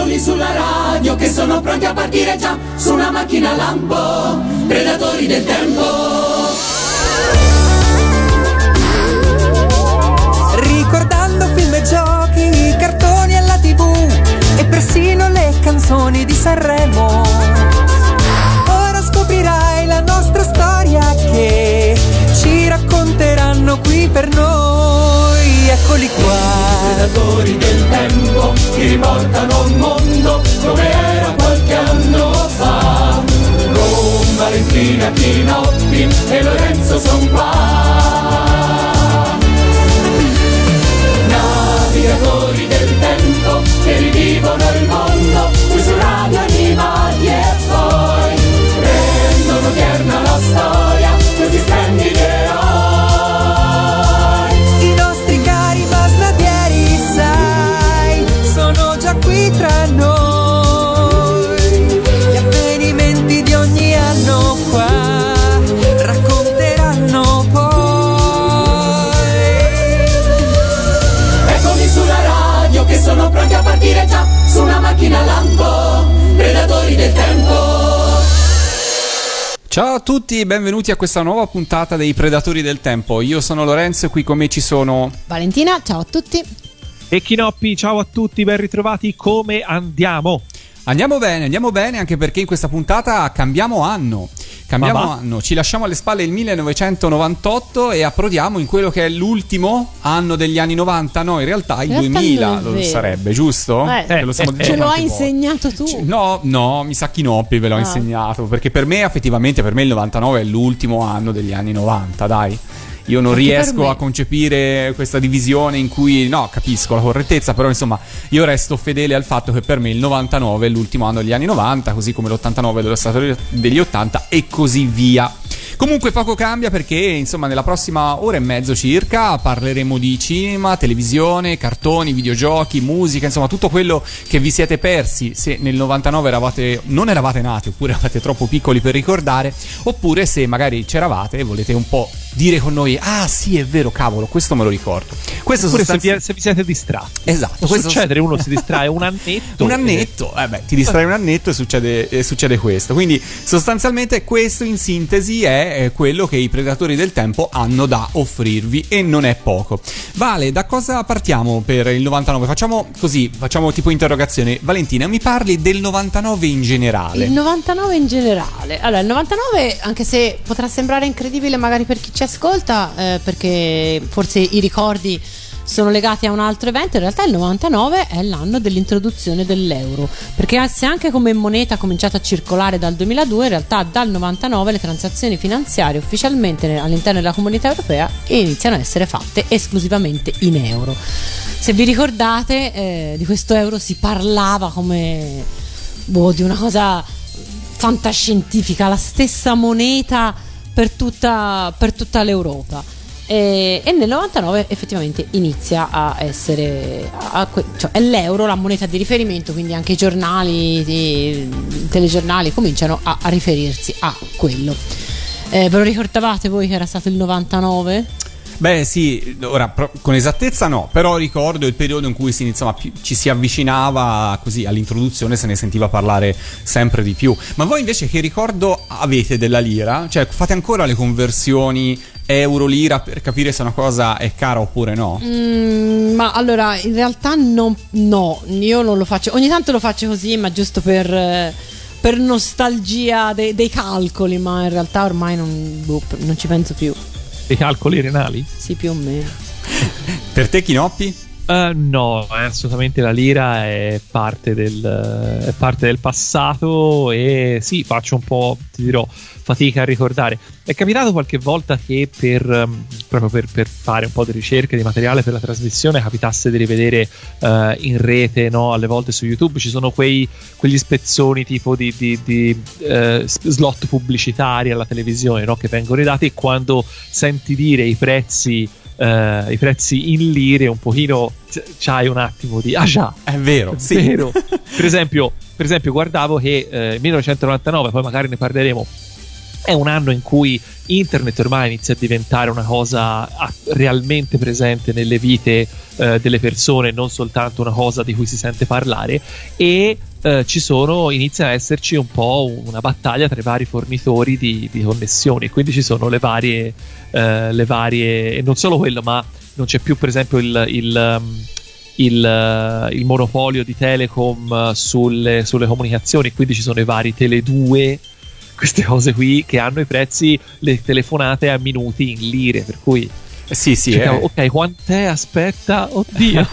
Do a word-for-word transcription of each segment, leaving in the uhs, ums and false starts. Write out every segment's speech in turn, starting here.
Eccoli sulla radio che sono pronti a partire già su una macchina lampo, predatori del tempo. Ricordando film e giochi, cartoni alla tivù e persino le canzoni di Sanremo. Ora scoprirai la nostra storia che ci racconteranno qui per noi. Eccoli qua, i predatori del tempo che riportano un mondo come era qualche anno fa. Con Valentina Chinoppi e Lorenzo son qua. Navigatori del tempo che rivivono il mondo qui su Radio Animati e poi rendono odierna la storia questi splendidi eroi. i nostri cari masnadieri, sai, sono già qui tra noi. Gli avvenimenti di ogni anno qua racconteranno poi. Eccomi sulla radio che sono pronti a partire già su una macchina lampo, predatori del tempo. Ciao a tutti, benvenuti a questa nuova puntata dei Predatori del Tempo. Io sono Lorenzo e qui con me ci sono Valentina, ciao a tutti. E Chinoppi, ciao a tutti, ben ritrovati, come andiamo? Andiamo bene, andiamo bene anche perché in questa puntata cambiamo anno. Cambiamo Ma va? anno, ci lasciamo alle spalle il millenovecentonovantotto e approdiamo in quello che è l'ultimo anno degli anni novanta. No, in realtà il In realtà duemila non è lo vero. sarebbe, giusto? Eh, Che lo stiamo eh, dicendo Ce lo hai tante volte. insegnato tu. C- No, no, mi sa Chinoppi ve l'ho Ah. insegnato, perché per me effettivamente per me il novantanove è l'ultimo anno degli anni novanta, dai. Io non Anche per riesco me. a concepire questa divisione in cui, no, capisco la correttezza, però insomma io resto fedele al fatto che per me il novantanove è l'ultimo anno degli anni novanta, così come l'ottantanove dello stato degli ottanta e così via. Comunque poco cambia perché insomma nella prossima ora e mezzo circa parleremo di cinema, televisione, cartoni, videogiochi, musica, insomma tutto quello che vi siete persi se nel novantanove eravate, non eravate nati oppure eravate troppo piccoli per ricordare, oppure se magari c'eravate e volete un po' dire con noi ah sì è vero cavolo questo me lo ricordo. Questo Oppure se sostanzi- vi, se vi siete distratti. Esatto, Può questo succedere, uno si distrae un annetto. un annetto, eh beh, ti distrai un annetto e succede, e succede questo. Quindi sostanzialmente questo in sintesi è eh, quello che i Predatori del Tempo hanno da offrirvi e non è poco. Vale, da cosa partiamo per il novantanove? Facciamo così, facciamo tipo interrogazione. Valentina, mi parli del novantanove in generale? Il novantanove in generale. Allora, il novantanove, anche se potrà sembrare incredibile magari per chi ci ascolta, eh, perché forse i ricordi sono legati a un altro evento, in realtà il novantanove è l'anno dell'introduzione dell'euro, perché se anche come moneta ha cominciato a circolare dal duemiladue, in realtà dal novantanove le transazioni finanziarie ufficialmente all'interno della comunità europea iniziano a essere fatte esclusivamente in euro. Se vi ricordate, eh, di questo euro si parlava come boh, di una cosa fantascientifica, la stessa moneta per tutta, per tutta l'Europa. E, e nel novantanove effettivamente inizia a essere a, a, cioè è l'euro la moneta di riferimento, quindi anche i giornali, i telegiornali cominciano a, a riferirsi a quello. Eh, ve lo ricordavate voi che era stato il novantanove? Beh sì, ora pro- con esattezza no, però ricordo il periodo in cui si iniziava più, ci si avvicinava così all'introduzione, se ne sentiva parlare sempre di più. Ma voi invece che ricordo avete della lira? Cioè fate ancora le conversioni euro-lira per capire se una cosa è cara oppure no? Mm, ma allora in realtà non, no, io non lo faccio, ogni tanto lo faccio così, ma giusto per... eh, per nostalgia de- dei calcoli, ma in realtà ormai non, boh, non ci penso più. Dei calcoli renali? Sì, più o meno. Per te Chinoppi? Uh, no, eh, assolutamente la lira è parte del, è parte del passato e sì, faccio un po', ti dirò, fatica a ricordare. È capitato qualche volta che per um, proprio per, per fare un po' di ricerche di materiale per la trasmissione capitasse di rivedere uh, in rete, no? Alle volte su YouTube ci sono quei, quegli spezzoni tipo di, di, di uh, slot pubblicitari alla televisione, no? Che vengono ridati, e quando senti dire i prezzi Uh, i prezzi in lire un pochino c- c'hai un attimo di ah già, È vero, è sì. vero. per esempio per esempio guardavo che eh, millenovecentonovantanove, poi magari ne parleremo, È un anno in cui internet ormai inizia a diventare una cosa realmente presente nelle vite eh, delle persone, non soltanto una cosa di cui si sente parlare, e eh, ci sono, inizia a esserci un po' una battaglia tra i vari fornitori di, di connessioni, quindi ci sono le varie, eh, le varie, e non solo quello, ma non c'è più per esempio il, il Il, il monopolio di Telecom sulle, sulle comunicazioni, quindi ci sono i vari Tele due, queste cose qui che hanno i prezzi, le telefonate a minuti in lire, per cui sì sì cioè, eh. ok, quant'è? Aspetta, oddio.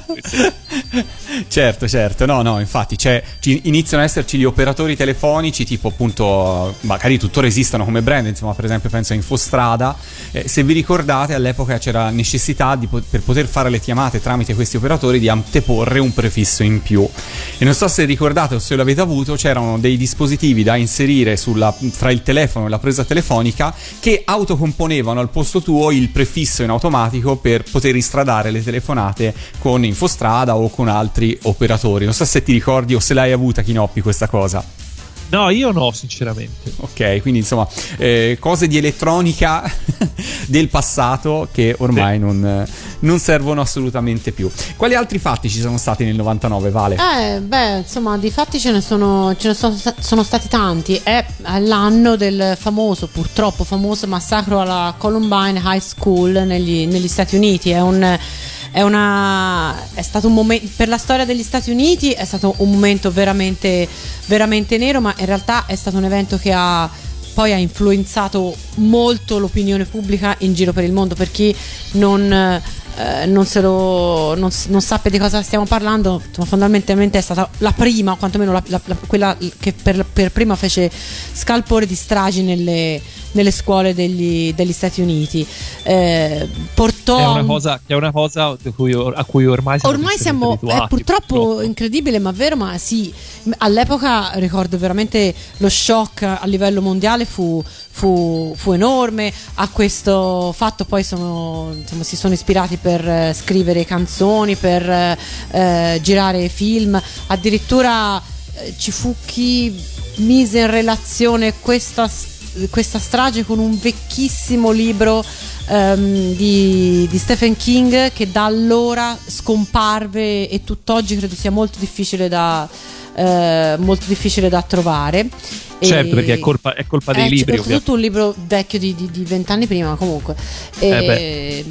Certo, certo, no, no, infatti c'è, iniziano ad esserci gli operatori telefonici tipo appunto, magari tuttora esistono come brand, insomma per esempio penso a Infostrada, eh, se vi ricordate all'epoca c'era necessità di, per poter fare le chiamate tramite questi operatori di anteporre un prefisso in più, e non so se ricordate o se l'avete avuto, c'erano dei dispositivi da inserire sulla, fra il telefono e la presa telefonica che autocomponevano al posto tuo il prefisso in automatico per poter istradare le telefonate con Infostrada o con altri operatori. Non so se ti ricordi o se l'hai avuta, Chinoppi, questa cosa. No, io no, sinceramente. Ok, quindi insomma eh, cose di elettronica del passato che ormai sì. non, non servono assolutamente più. Quali altri fatti ci sono stati nel novantanove, Vale? Eh, beh, insomma, di fatti ce ne sono, ce ne sono, sono stati tanti. È l'anno del famoso, purtroppo famoso massacro alla Columbine High School negli, negli Stati Uniti. È un È, una, è stato un momento per la storia degli Stati Uniti, è stato un momento veramente, veramente nero, ma in realtà è stato un evento che ha poi ha influenzato molto l'opinione pubblica in giro per il mondo. Per chi non, eh, non, se lo, non, non sappia di cosa stiamo parlando, insomma, fondamentalmente è stata la prima, o quantomeno la, la, la, quella che per, per prima fece scalpore di stragi nelle nelle scuole degli, degli Stati Uniti. Eh, portò è una cosa che è una cosa a cui, a cui ormai siamo ormai siamo abituati, è purtroppo, purtroppo incredibile ma vero, ma sì, all'epoca ricordo veramente lo shock a livello mondiale fu fu, fu enorme. A questo fatto poi sono, insomma, si sono ispirati per eh, scrivere canzoni, per eh, girare film, addirittura eh, ci fu chi mise in relazione questa questa strage con un vecchissimo libro um, di, di Stephen King, che da allora scomparve e tutt'oggi credo sia molto difficile da eh, molto difficile da trovare. Certo, e, perché è colpa, è colpa dei è, libri, è tutto un libro vecchio di vent'anni prima, ma comunque e, eh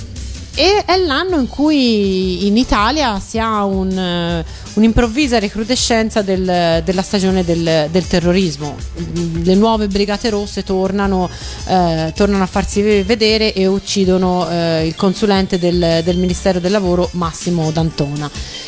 e è l'anno in cui in Italia si ha un, un'improvvisa recrudescenza del, della stagione del, del terrorismo. Le nuove Brigate Rosse tornano, eh, tornano a farsi vedere e uccidono eh, il consulente del, del Ministero del Lavoro Massimo D'Antona.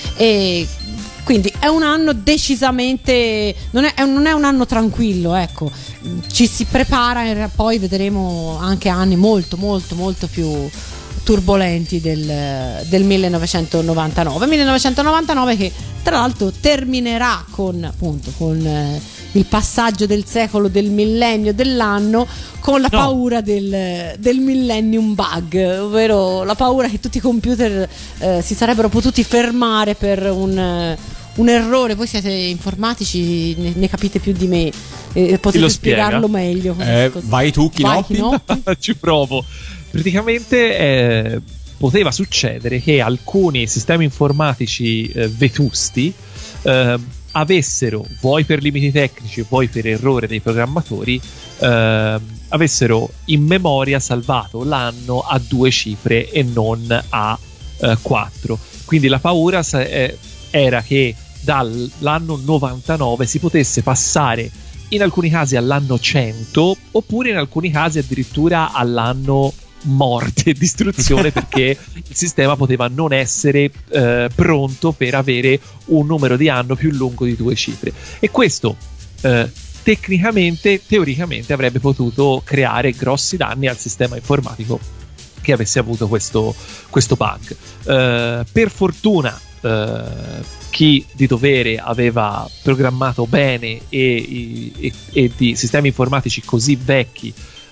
E quindi è un anno decisamente non è, non è un anno tranquillo, ecco. Ci si prepara, poi vedremo anche anni molto molto molto più turbolenti del, del millenovecentonovantanove millenovecentonovantanove che tra l'altro terminerà con appunto con eh, il passaggio del secolo, del millennio, dell'anno, con la no. paura del, del millennium bug, ovvero la paura che tutti i computer eh, si sarebbero potuti fermare per un un errore. Voi siete informatici, ne, ne capite più di me, eh, potete spiegarlo meglio. Eh, vai tu, Chinoppi. Ci provo. Praticamente eh, poteva succedere che alcuni sistemi informatici eh, vetusti eh, avessero, vuoi per limiti tecnici, vuoi per errore dei programmatori, eh, avessero in memoria salvato l'anno a due cifre e non a eh, quattro. Quindi la paura sa- eh, era che dall'anno novantanove si potesse passare in alcuni casi all'anno cento, oppure in alcuni casi addirittura all'anno morte e distruzione, perché il sistema poteva non essere eh, pronto per avere un numero di anno più lungo di due cifre, e questo eh, tecnicamente, teoricamente avrebbe potuto creare grossi danni al sistema informatico che avesse avuto questo, questo bug. Eh, per fortuna eh, chi di dovere aveva programmato bene e, e, e di sistemi informatici così vecchi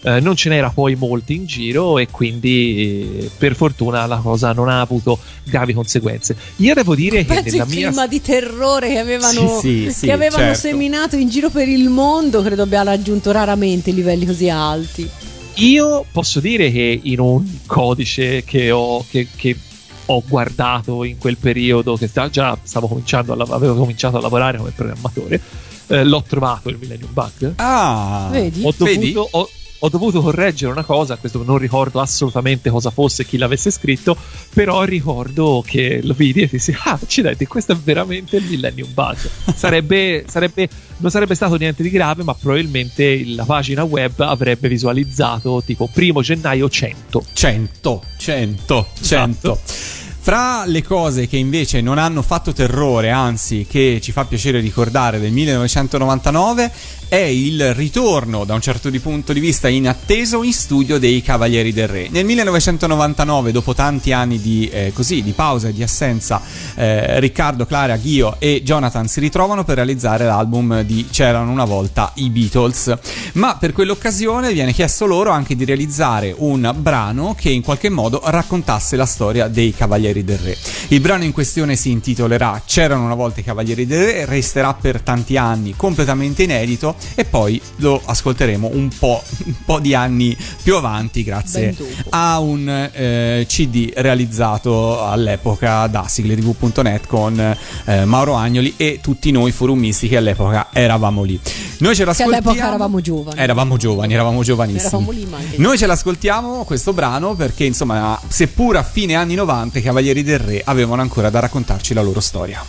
eh, non ce n'era poi molti in giro e quindi eh, per fortuna la cosa non ha avuto gravi conseguenze. Io devo dire che Penso nella il mia clima di terrore che avevano, Sì, sì, sì, che avevano certo. seminato in giro per il mondo, credo abbia raggiunto raramente livelli così alti. Io posso dire che in un codice che ho, che, che ho guardato in quel periodo, che sta- già stavo cominciando a lav- avevo cominciato a lavorare come programmatore, eh, l'ho trovato il Millennium Bug. Ah, Vedi? Ho Vedi? dovuto, ho, ho dovuto correggere una cosa, questo non ricordo assolutamente cosa fosse, chi l'avesse scritto, però ricordo che lo vidi e dissi, ah, accidenti, questo è veramente il Millennium Bug. Sarebbe, sarebbe, non sarebbe stato niente di grave, ma probabilmente la pagina web avrebbe visualizzato tipo primo gennaio cento. cento, cento, cento. Esatto. Fra le cose che invece non hanno fatto terrore, anzi che ci fa piacere ricordare del millenovecentonovantanove, è il ritorno, da un certo di punto di vista inatteso, in studio dei Cavalieri del Re. Nel millenovecentonovantanove, dopo tanti anni di, eh, così, di pausa e di assenza, eh, Riccardo, Clara, Ghio e Jonathan si ritrovano per realizzare l'album di C'erano una volta i Beatles, ma per quell'occasione viene chiesto loro anche di realizzare un brano che in qualche modo raccontasse la storia dei Cavalieri del Re. Il brano in questione si intitolerà C'erano una volta i Cavalieri del Re, resterà per tanti anni completamente inedito e poi lo ascolteremo un po', un po' di anni più avanti grazie a un eh, C D realizzato all'epoca da sigletv punto net con eh, Mauro Agnoli e tutti noi forumisti che all'epoca eravamo lì. Noi ce Che l'ascoltiamo. all'epoca eravamo giovani. Eravamo giovani, eravamo giovanissimi. Eravamo lì, ma anche- Noi ce l'ascoltiamo questo brano perché insomma, seppur a fine anni novanta i Cavalieri del Re avevano ancora da raccontarci la loro storia.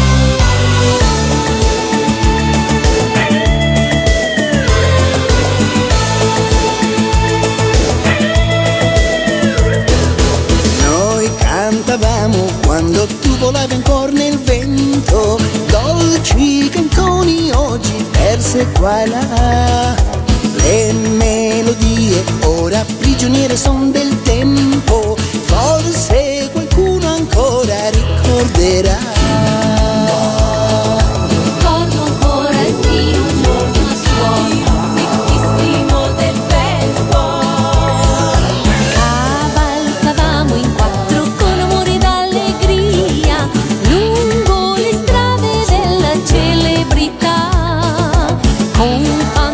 Noi cantavamo quando tu volavi ancora nel vento, dolci canzoni oggi perse qua e là. Le melodie ora prigioniere son del tempo, forse qualcuno ancora ricorderà. Ricordo ancora il primo giorno a scuola, secchissimo del baseball. Cavalcavamo in quattro con amore d'allegria lungo le strade della celebrità, con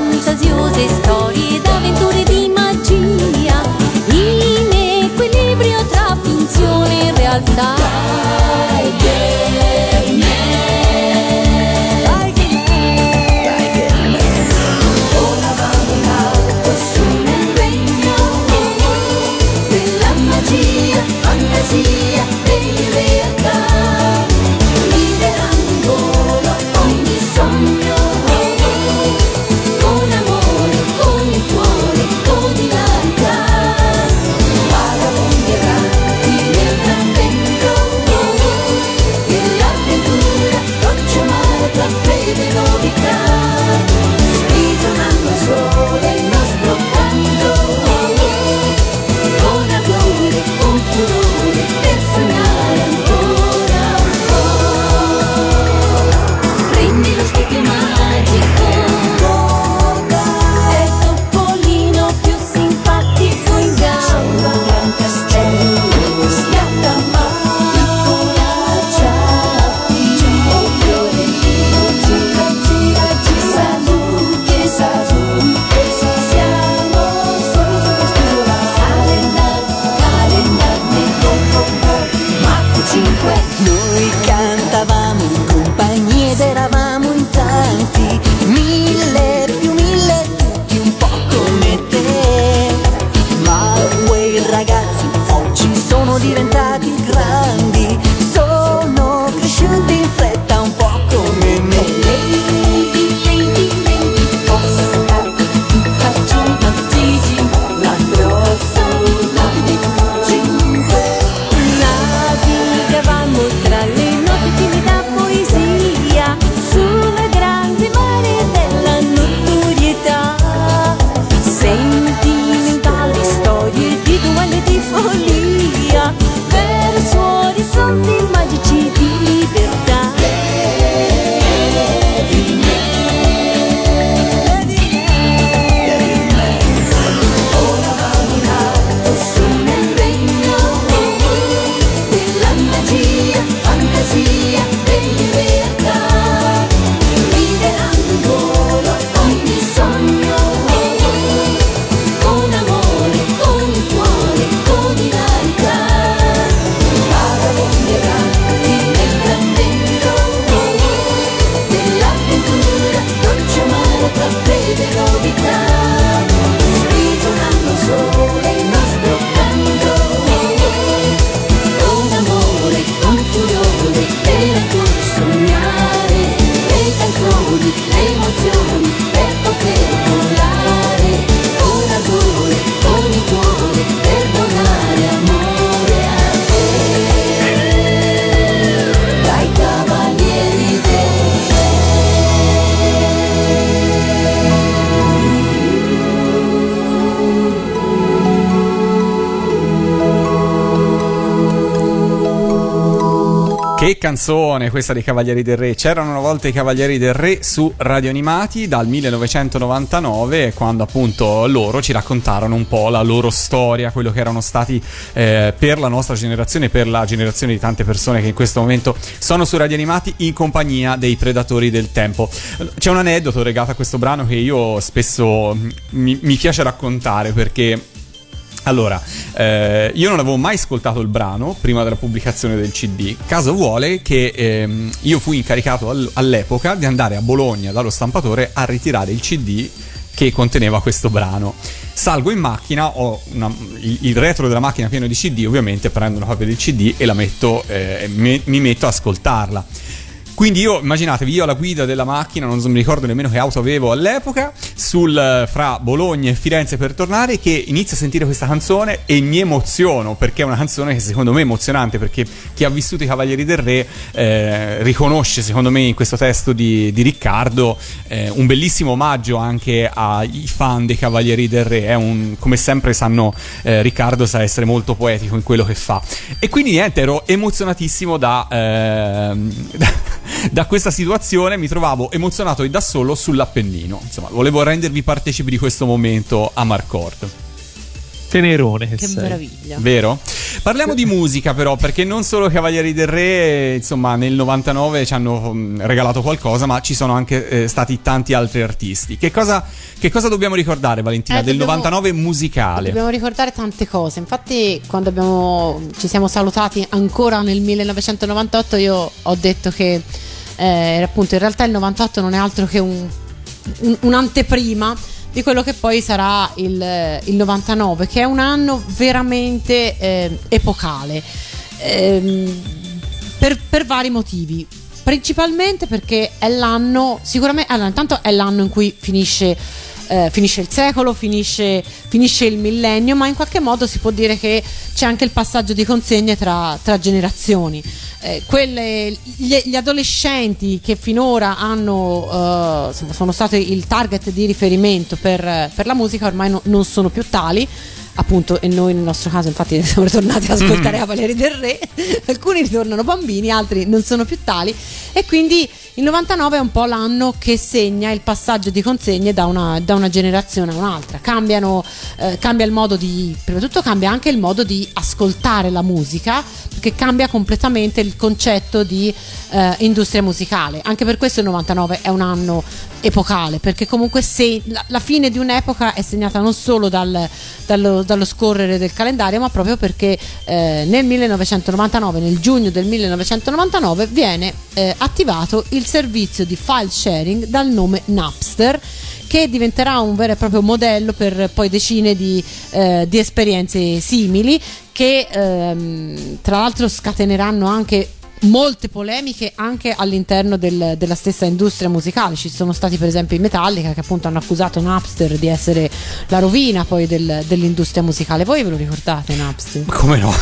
Che canzone questa dei Cavalieri del Re. C'erano una volta i Cavalieri del Re su Radio Animati dal millenovecentonovantanove, quando appunto loro ci raccontarono un po' la loro storia, quello che erano stati eh, per la nostra generazione, per la generazione di tante persone che in questo momento sono su Radio Animati in compagnia dei Predatori del Tempo. C'è un aneddoto legato a questo brano che io spesso mi, mi piace raccontare, perché allora, eh, io non avevo mai ascoltato il brano prima della pubblicazione del C D. Caso vuole che ehm, io fui incaricato all- all'epoca di andare a Bologna dallo stampatore a ritirare il C D che conteneva questo brano. Salgo in macchina, ho una, il, il retro della macchina pieno di C D, ovviamente prendo una copia del C D e la metto, eh, me, mi metto a ascoltarla. Quindi io, immaginatevi, io alla guida della macchina, non mi ricordo nemmeno che auto avevo all'epoca, sul fra Bologna e Firenze per tornare, che inizio a sentire questa canzone e mi emoziono, perché è una canzone che secondo me è emozionante, perché chi ha vissuto i Cavalieri del Re eh, riconosce secondo me in questo testo di, di Riccardo eh, un bellissimo omaggio anche ai fan dei Cavalieri del Re. È un, come sempre sanno, eh, Riccardo sa essere molto poetico in quello che fa, e quindi niente, ero emozionatissimo da... Eh, da da questa situazione, mi trovavo emozionato e da solo sull'Appennino. Insomma, volevo rendervi partecipi di questo momento a Marcord. Tenerone che, Che sei. meraviglia. Vero? Parliamo di musica però, perché non solo Cavalieri del Re, insomma, nel novantanove ci hanno mh, regalato qualcosa, ma ci sono anche eh, stati tanti altri artisti. Che cosa, che cosa dobbiamo ricordare, Valentina, Eh, del dobbiamo- novantanove musicale? Dobbiamo ricordare tante cose. Infatti, quando abbiamo, ci siamo salutati ancora nel millenovecentonovantotto, io ho detto che eh, appunto in realtà il novantotto non è altro che un, un- un'anteprima di quello che poi sarà il, il novantanove, che è un anno veramente eh, epocale, ehm, per, per vari motivi. Principalmente perché è l'anno, sicuramente, allora, intanto è l'anno in cui finisce, eh, finisce il secolo, finisce, finisce il millennio, ma in qualche modo si può dire che c'è anche il passaggio di consegne tra, tra generazioni. Eh, quelle, gli, gli adolescenti che finora hanno, eh, insomma, sono stati il target di riferimento per, per la musica, ormai no, non sono più tali, appunto, e noi nel nostro caso infatti siamo ritornati ad ascoltare mm. Cavalieri del Re. Alcuni ritornano bambini, altri non sono più tali, e quindi il novantanove è un po' l'anno che segna il passaggio di consegne da una, da una generazione a un'altra. Cambiano, eh, cambia il modo di, prima di tutto cambia anche il modo di ascoltare la musica, perché cambia completamente il concetto di eh, industria musicale. Anche per questo il novantanove è un anno epocale, perché comunque se, la, la fine di un'epoca è segnata non solo dal, dallo, dallo scorrere del calendario, ma proprio perché eh, nel millenovecentonovantanove, nel giugno del millenovecentonovantanove, viene eh, attivato il servizio di file sharing dal nome Napster, che diventerà un vero e proprio modello per poi decine di, eh, di esperienze simili, che ehm, tra l'altro scateneranno anche molte polemiche anche all'interno del, della stessa industria musicale. Ci sono stati per esempio i Metallica che appunto hanno accusato Napster di essere la rovina poi del, dell'industria musicale. Voi ve lo ricordate Napster? Come no?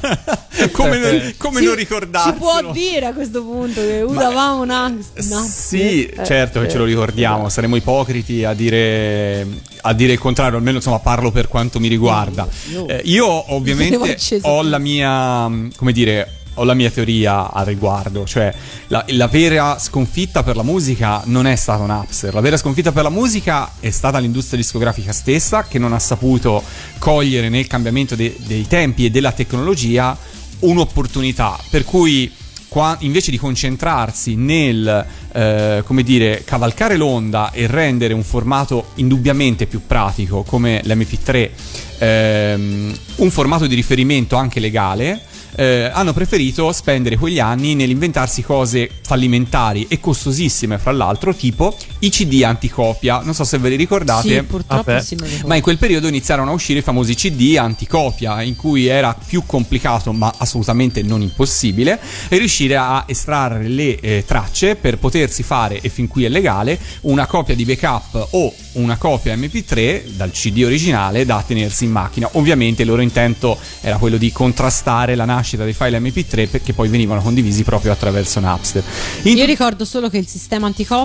come non, come Sì, non ricordarselo? Si può dire a questo punto che usavamo una Napster? Sì, Eh, certo che ce lo ricordiamo. Saremo ipocriti a dire, a dire il contrario, almeno insomma parlo per quanto mi riguarda. No, no. Eh, io Avevo ovviamente acceso ho tutto. la mia, come dire, ho la mia teoria al riguardo, cioè la, la vera sconfitta per la musica non è stata Napster. La vera sconfitta per la musica è stata l'industria discografica stessa, che non ha saputo cogliere nel cambiamento de- dei tempi e della tecnologia un'opportunità, per cui qua, invece di concentrarsi nel eh, come dire, cavalcare l'onda e rendere un formato indubbiamente più pratico come l'emme pi tre ehm, un formato di riferimento anche legale, Eh, hanno preferito spendere quegli anni nell'inventarsi cose fallimentari e costosissime, fra l'altro, tipo i C D anticopia. Non so se ve li ricordate. Sì, purtroppo Vabbè. sì, me lo ricordo. Ma in quel periodo iniziarono a uscire i famosi C D anticopia, in cui era più complicato, ma assolutamente non impossibile, riuscire a estrarre le eh, tracce per potersi fare, e fin qui è legale, una copia di backup o una copia emme pi tre dal C D originale da tenersi in macchina. Ovviamente il loro intento era quello di contrastare la nascita dei file emme pi tre, perché poi venivano condivisi proprio attraverso Napster. In Io ricordo solo che il sistema anticopia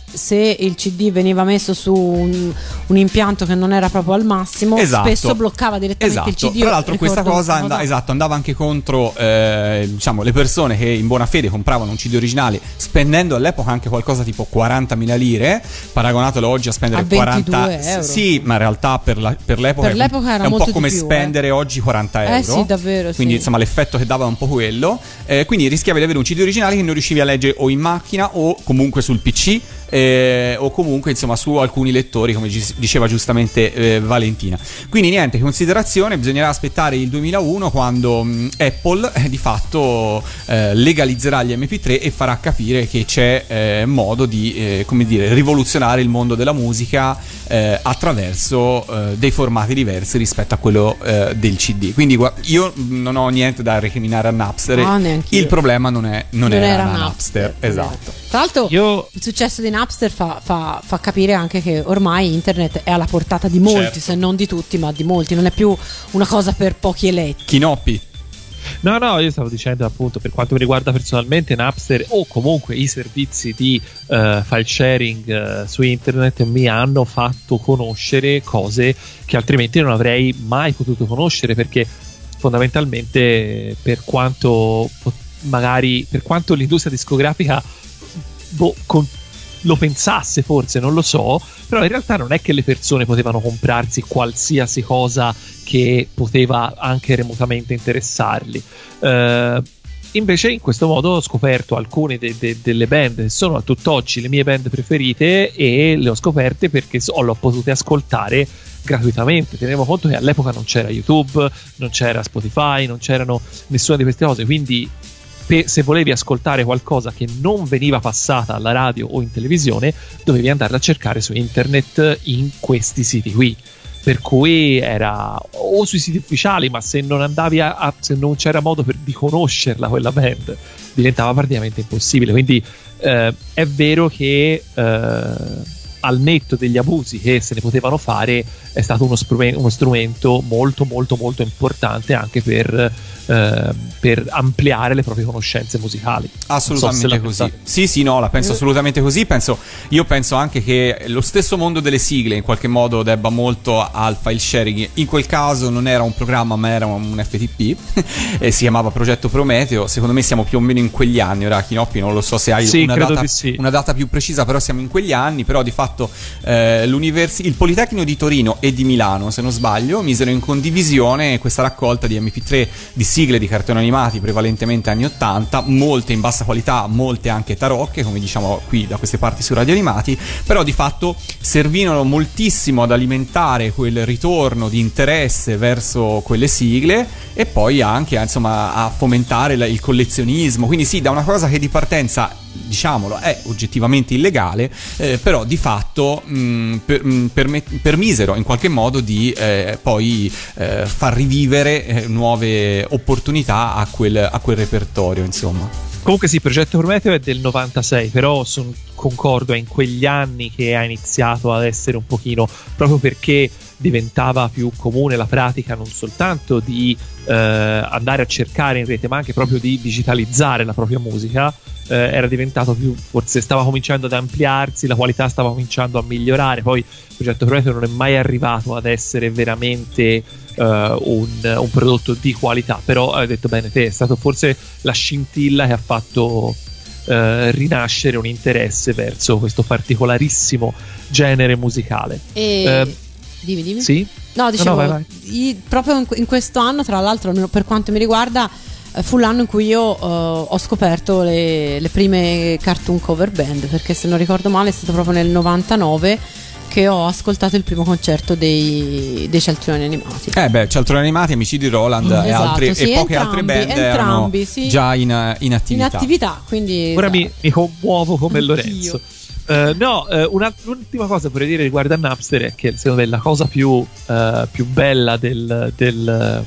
se il C D veniva messo su un, un impianto che non era proprio al massimo, esatto. spesso bloccava direttamente esatto. il C D. Tra l'altro questa cosa, and- cosa esatto, andava anche contro eh, diciamo le persone che in buona fede compravano un C D originale spendendo all'epoca anche qualcosa tipo quarantamila lire, paragonatelo oggi a spendere a ventidue quaranta euro. Sì, ma in realtà per, la, per l'epoca, per è, l'epoca era è un molto po' come di più, spendere eh. oggi quaranta euro. Eh sì, davvero. Quindi sì. insomma l'effetto che dava un po' quello, eh, quindi rischiavi di avere un C D originale che non riuscivi a leggere o in macchina o comunque sul P C. Eh, o comunque insomma su alcuni lettori, come gi- diceva giustamente eh, Valentina. Quindi niente, considerazione, bisognerà aspettare il duemilauno quando mh, Apple eh, di fatto eh, legalizzerà gli M P tre e farà capire che c'è eh, modo di eh, come dire rivoluzionare il mondo della musica eh, attraverso eh, dei formati diversi rispetto a quello eh, del C D. Quindi gu- io non ho niente da recriminare a Napster. No, neanch'io. Il problema non è non, non era, era Napster, Napster, esatto. Tra l'altro Io il successo di Napster fa, fa, fa capire anche che ormai internet è alla portata di molti, Certo. se non di tutti, ma di molti. Non è più una cosa per pochi eletti. Chinoppi. No, no, io stavo dicendo appunto per quanto mi riguarda personalmente Napster o comunque i servizi di uh, file sharing uh, su internet mi hanno fatto conoscere cose che altrimenti non avrei mai potuto conoscere, perché fondamentalmente per quanto magari per quanto l'industria discografica boh, con, lo pensasse forse, non lo so, però in realtà non è che le persone potevano comprarsi qualsiasi cosa che poteva anche remotamente interessarli. Uh, invece in questo modo ho scoperto alcune de- de- delle band che sono a tutt'oggi le mie band preferite, e le ho scoperte perché so- le ho potute ascoltare gratuitamente. Teniamo conto che all'epoca non c'era YouTube, non c'era Spotify, non c'erano nessuna di queste cose, quindi pe- se volevi ascoltare qualcosa che non veniva passata alla radio o in televisione dovevi andarla a cercare su internet in questi siti qui. Per cui era o sui siti ufficiali, ma se non andavi a, a se non c'era modo per, di conoscerla quella band diventava praticamente impossibile. Quindi eh, è vero che eh, al netto degli abusi che se ne potevano fare è stato uno, sprumen- uno strumento molto molto molto importante anche per, eh, per ampliare le proprie conoscenze musicali. Assolutamente so così. pensate. Sì, sì, no, la penso assolutamente così. Penso, io penso anche che lo stesso mondo delle sigle in qualche modo debba molto al file sharing. In quel caso non era un programma, ma era un F T P e si chiamava Progetto Prometeo. Secondo me siamo più o meno in quegli anni. Ora Chinoppi non lo so se hai Sì, una, credo data, di sì. una data più precisa, però siamo in quegli anni. Però di fatto eh, l'universi- il Politecnico di Torino e di Milano, se non sbaglio, misero in condivisione questa raccolta di M P tre di sigle di cartoni animati prevalentemente anni ottanta, molte in bassa qualità, molte anche tarocche, come diciamo qui da queste parti su Radio Animati, però di fatto servirono moltissimo ad alimentare quel ritorno di interesse verso quelle sigle e poi anche insomma a fomentare la- il collezionismo. Quindi sì, da una cosa che di partenza, diciamolo, è oggettivamente illegale, eh, però di fatto mh, per, mh, permet- permisero in qualche modo di eh, poi eh, far rivivere eh, nuove opportunità a quel, a quel repertorio, insomma. Comunque sì, Progetto Prometeo è del novantasei, però son, concordo, è in quegli anni che ha iniziato ad essere un pochino, proprio perché diventava più comune la pratica non soltanto di eh, andare a cercare in rete, ma anche proprio di digitalizzare la propria musica. Eh, era diventato più, forse stava cominciando ad ampliarsi, la qualità stava cominciando a migliorare. Poi il Progetto Prometeo non è mai arrivato ad essere veramente uh, un, un prodotto di qualità, però hai detto bene te, è stato forse la scintilla che ha fatto uh, rinascere un interesse verso questo particolarissimo genere musicale. E uh, dimmi, dimmi. Sì? No, dicevo, No, no, vai, i- proprio in, in questo anno, tra l'altro, almeno per quanto mi riguarda, eh, fu l'anno in cui io eh, ho scoperto le, le prime cartoon cover band, perché se non ricordo male è stato proprio nel novantanove che ho ascoltato il primo concerto dei, dei Cialtroni Animati. Eh beh, Cialtroni Animati, Amici di Roland e, Esatto, altre, sì, e poche entrambi, altre band entrambi, erano sì. già in, in attività. In attività, quindi Ora mi, esatto. mi commuovo come Anch'io. Lorenzo. Uh, no, uh, una, l'ultima cosa vorrei dire riguardo a Napster è che secondo me la cosa più, uh, più bella del, del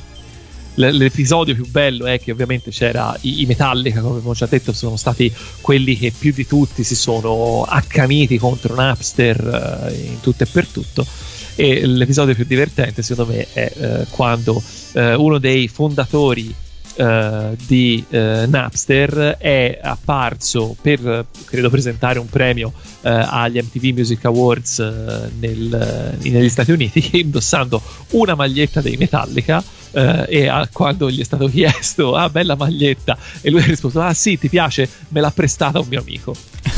l- l'episodio più bello è che ovviamente c'era i, i Metallica, come abbiamo già detto, sono stati quelli che più di tutti si sono accaniti contro Napster uh, in tutto e per tutto. E l'episodio più divertente secondo me è uh, quando uh, uno dei fondatori Uh, di uh, Napster, è apparso per, credo, presentare un premio uh, agli M T V Music Awards uh, nel, uh, negli Stati Uniti, indossando una maglietta dei Metallica, uh, e a, quando gli è stato chiesto ah bella maglietta, e lui ha risposto ah sì ti piace, me l'ha prestata un mio amico.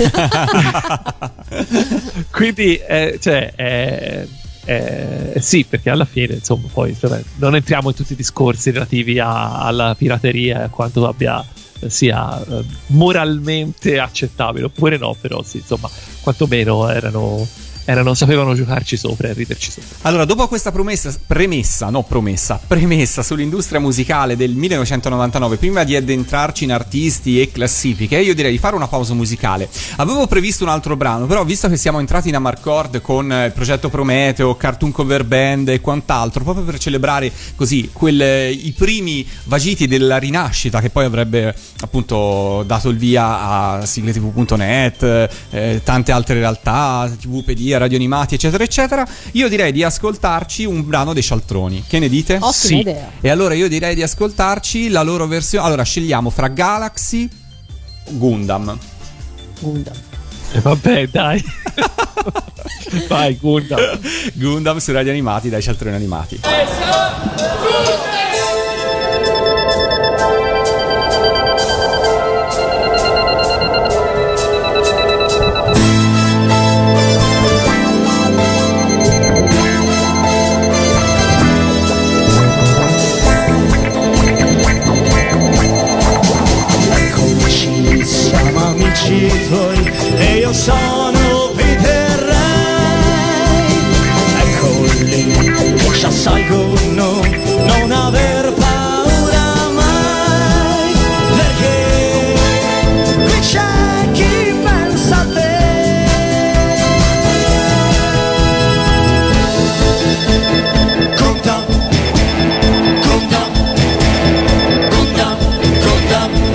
Quindi eh, cioè eh, Eh, sì, perché alla fine, insomma, poi vabbè, non entriamo in tutti i discorsi relativi a, alla pirateria e a quanto abbia sia eh, moralmente accettabile oppure no, però sì, insomma, quantomeno erano erano sapevano giocarci sopra e riderci sopra. Allora, dopo questa promessa, premessa, no promessa, premessa sull'industria musicale del millenovecentonovantanove, prima di addentrarci in artisti e classifiche, io direi di fare una pausa musicale. Avevo previsto un altro brano, però visto che siamo entrati in Amarcord con il progetto Prometeo, Cartoon Cover Band e quant'altro, proprio per celebrare così quel, i primi vagiti della rinascita che poi avrebbe appunto dato il via a sigle tv punto net, eh, tante altre realtà, TVpedia, radio animati eccetera eccetera, io direi di ascoltarci un brano dei Cialtroni. Che ne dite? Ottima sì. idea. E allora io direi di ascoltarci la loro versione. Allora scegliamo fra Galaxy o Gundam. Gundam. E eh, vabbè dai. Vai Gundam. Gundam su radio animati dai Cialtroni animati. Tuoi, e io sono Peter Ray. Ecco lì che ci assalgono, non aver paura mai, perché qui c'è chi pensa a te. Conta, conta, conta, conta.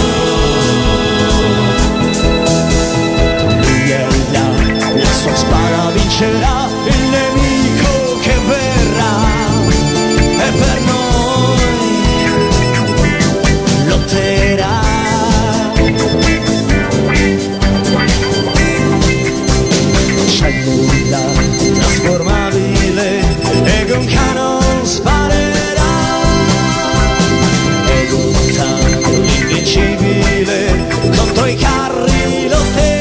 Spara vincerà il nemico che verrà, e per noi lotterà. Cellula trasformabile e con canon sparerà, ed un tanto invincibile contro i carri lotterà.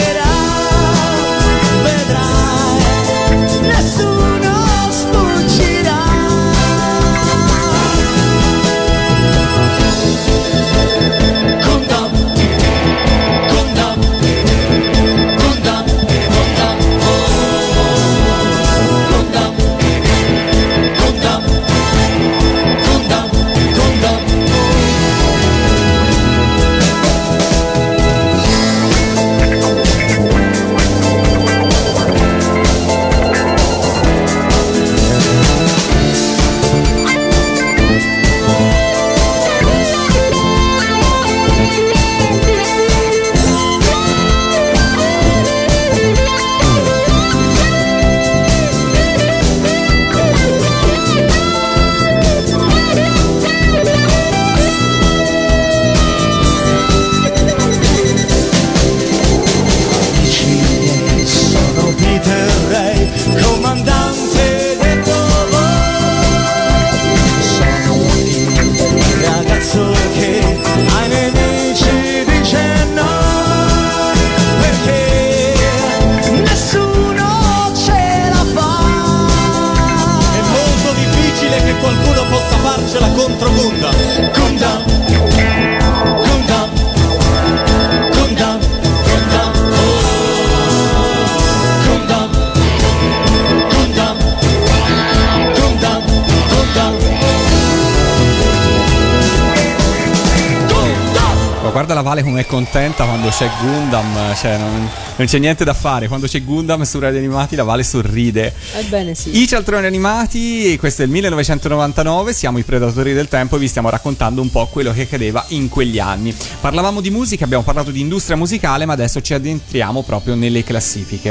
Guarda la Vale com'è contenta quando c'è Gundam, cioè non, non c'è niente da fare, quando c'è Gundam su radio animati la Vale sorride. Ebbene sì. I Cialtroni animati, questo è il millenovecentonovantanove, siamo i predatori del tempo e vi stiamo raccontando un po' quello che accadeva in quegli anni. Parlavamo di musica, abbiamo parlato di industria musicale, ma adesso ci addentriamo proprio nelle classifiche.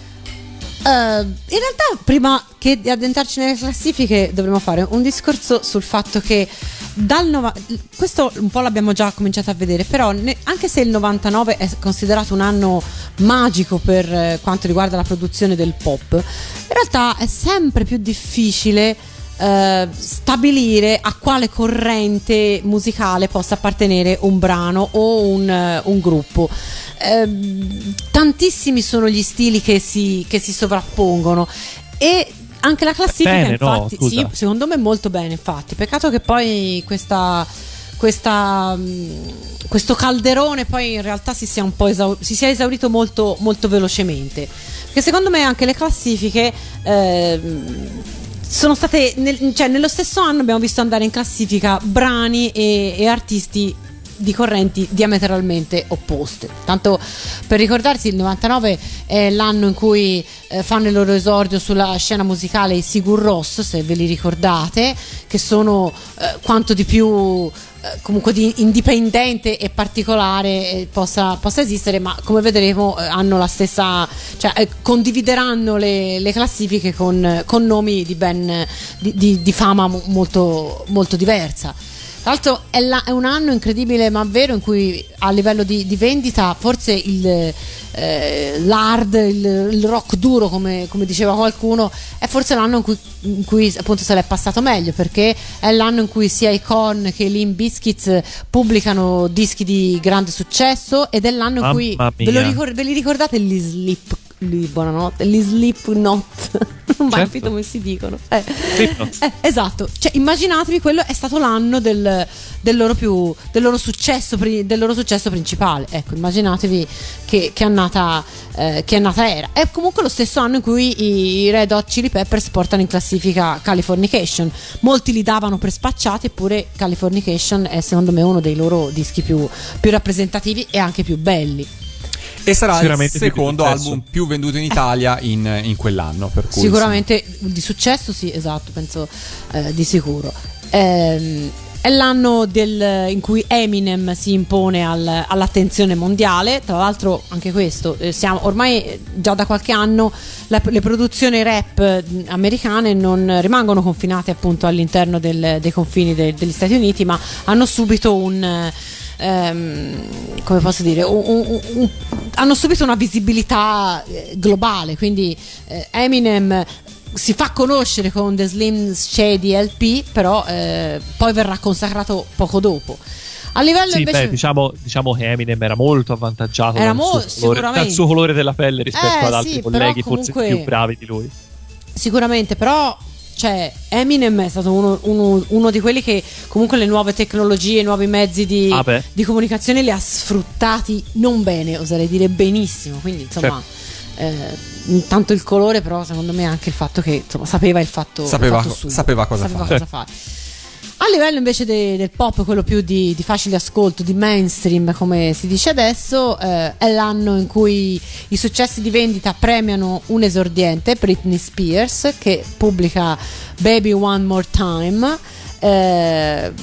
Uh, in realtà prima che di addentrarci nelle classifiche dovremmo fare un discorso sul fatto che dal nova- questo un po' l'abbiamo già cominciato a vedere, però ne- anche se il novantanove è considerato un anno magico per eh, quanto riguarda la produzione del pop, in realtà è sempre più difficile eh, stabilire a quale corrente musicale possa appartenere un brano o un, eh, un gruppo. Eh, tantissimi sono gli stili che si, che si sovrappongono e anche la classifica, bene, infatti, no, sì, secondo me molto bene, infatti. Peccato che poi questa, questa, questo calderone poi in realtà si sia un po' esau- si sia esaurito molto, molto velocemente. Perché secondo me anche le classifiche eh, sono state, nel, cioè nello stesso anno abbiamo visto andare in classifica brani e, e artisti di correnti diametralmente opposte. Tanto per ricordarsi, il novantanove è l'anno in cui eh, fanno il loro esordio sulla scena musicale i Sigur Rós, se ve li ricordate, che sono eh, quanto di più eh, comunque di indipendente e particolare eh, possa, possa esistere, ma come vedremo eh, hanno la stessa, cioè eh, condivideranno le, le classifiche con, con nomi di ben di, di, di fama mo- molto, molto diversa. Tra l'altro è, la, è un anno incredibile ma vero in cui a livello di, di vendita forse il, eh, l'hard, il, il rock duro come, come diceva qualcuno, è forse l'anno in cui, in cui appunto se l'è passato meglio, perché è l'anno in cui sia i Korn che i Limp Bizkit pubblicano dischi di grande successo ed è l'anno in cui ve, lo ricor- ve li ricordate gli Slip? Lì, buonanotte, gli Slipknot, non mai capito come si dicono. Eh, eh, esatto, cioè immaginatevi, quello è stato l'anno del, del loro più del loro successo del loro successo principale. Ecco, immaginatevi che, che annata eh, che annata era. È comunque lo stesso anno in cui i Red Hot Chili Peppers portano in classifica Californication. Molti li davano per spacciati, eppure Californication è secondo me uno dei loro dischi più, più rappresentativi e anche più belli. E sarà il secondo album più venduto in Italia in, in quell'anno, per cui sicuramente insomma, di successo, sì, esatto, penso eh, di sicuro. Ehm, è l'anno del, in cui Eminem si impone al, all'attenzione mondiale. Tra l'altro anche questo, eh, siamo ormai già da qualche anno la, le produzioni rap americane non rimangono confinate appunto all'interno del, dei confini de, degli Stati Uniti, ma hanno subito un Um, come posso dire un, un, un, hanno subito una visibilità eh, globale, quindi eh, Eminem si fa conoscere con The Slim Shady L P, però eh, poi verrà consacrato poco dopo. A livello sì, invece beh, diciamo, diciamo che Eminem era molto avvantaggiato era dal, mo- suo colore, dal suo colore della pelle rispetto eh, ad altri sì, colleghi comunque, forse più bravi di lui. Sicuramente, però cioè Eminem è stato uno, uno, uno di quelli che comunque le nuove tecnologie, i nuovi mezzi di, ah di comunicazione li ha sfruttati non bene, oserei dire benissimo, quindi insomma certo. eh, intanto il colore, però secondo me anche il fatto che insomma sapeva il fatto sapeva, il fatto suo, sapeva cosa sapeva fare, cosa fare. A livello invece de, del pop, quello più di, di facile ascolto, di mainstream come si dice adesso, eh, è l'anno in cui i successi di vendita premiano un esordiente, Britney Spears, che pubblica Baby One More Time. Eh,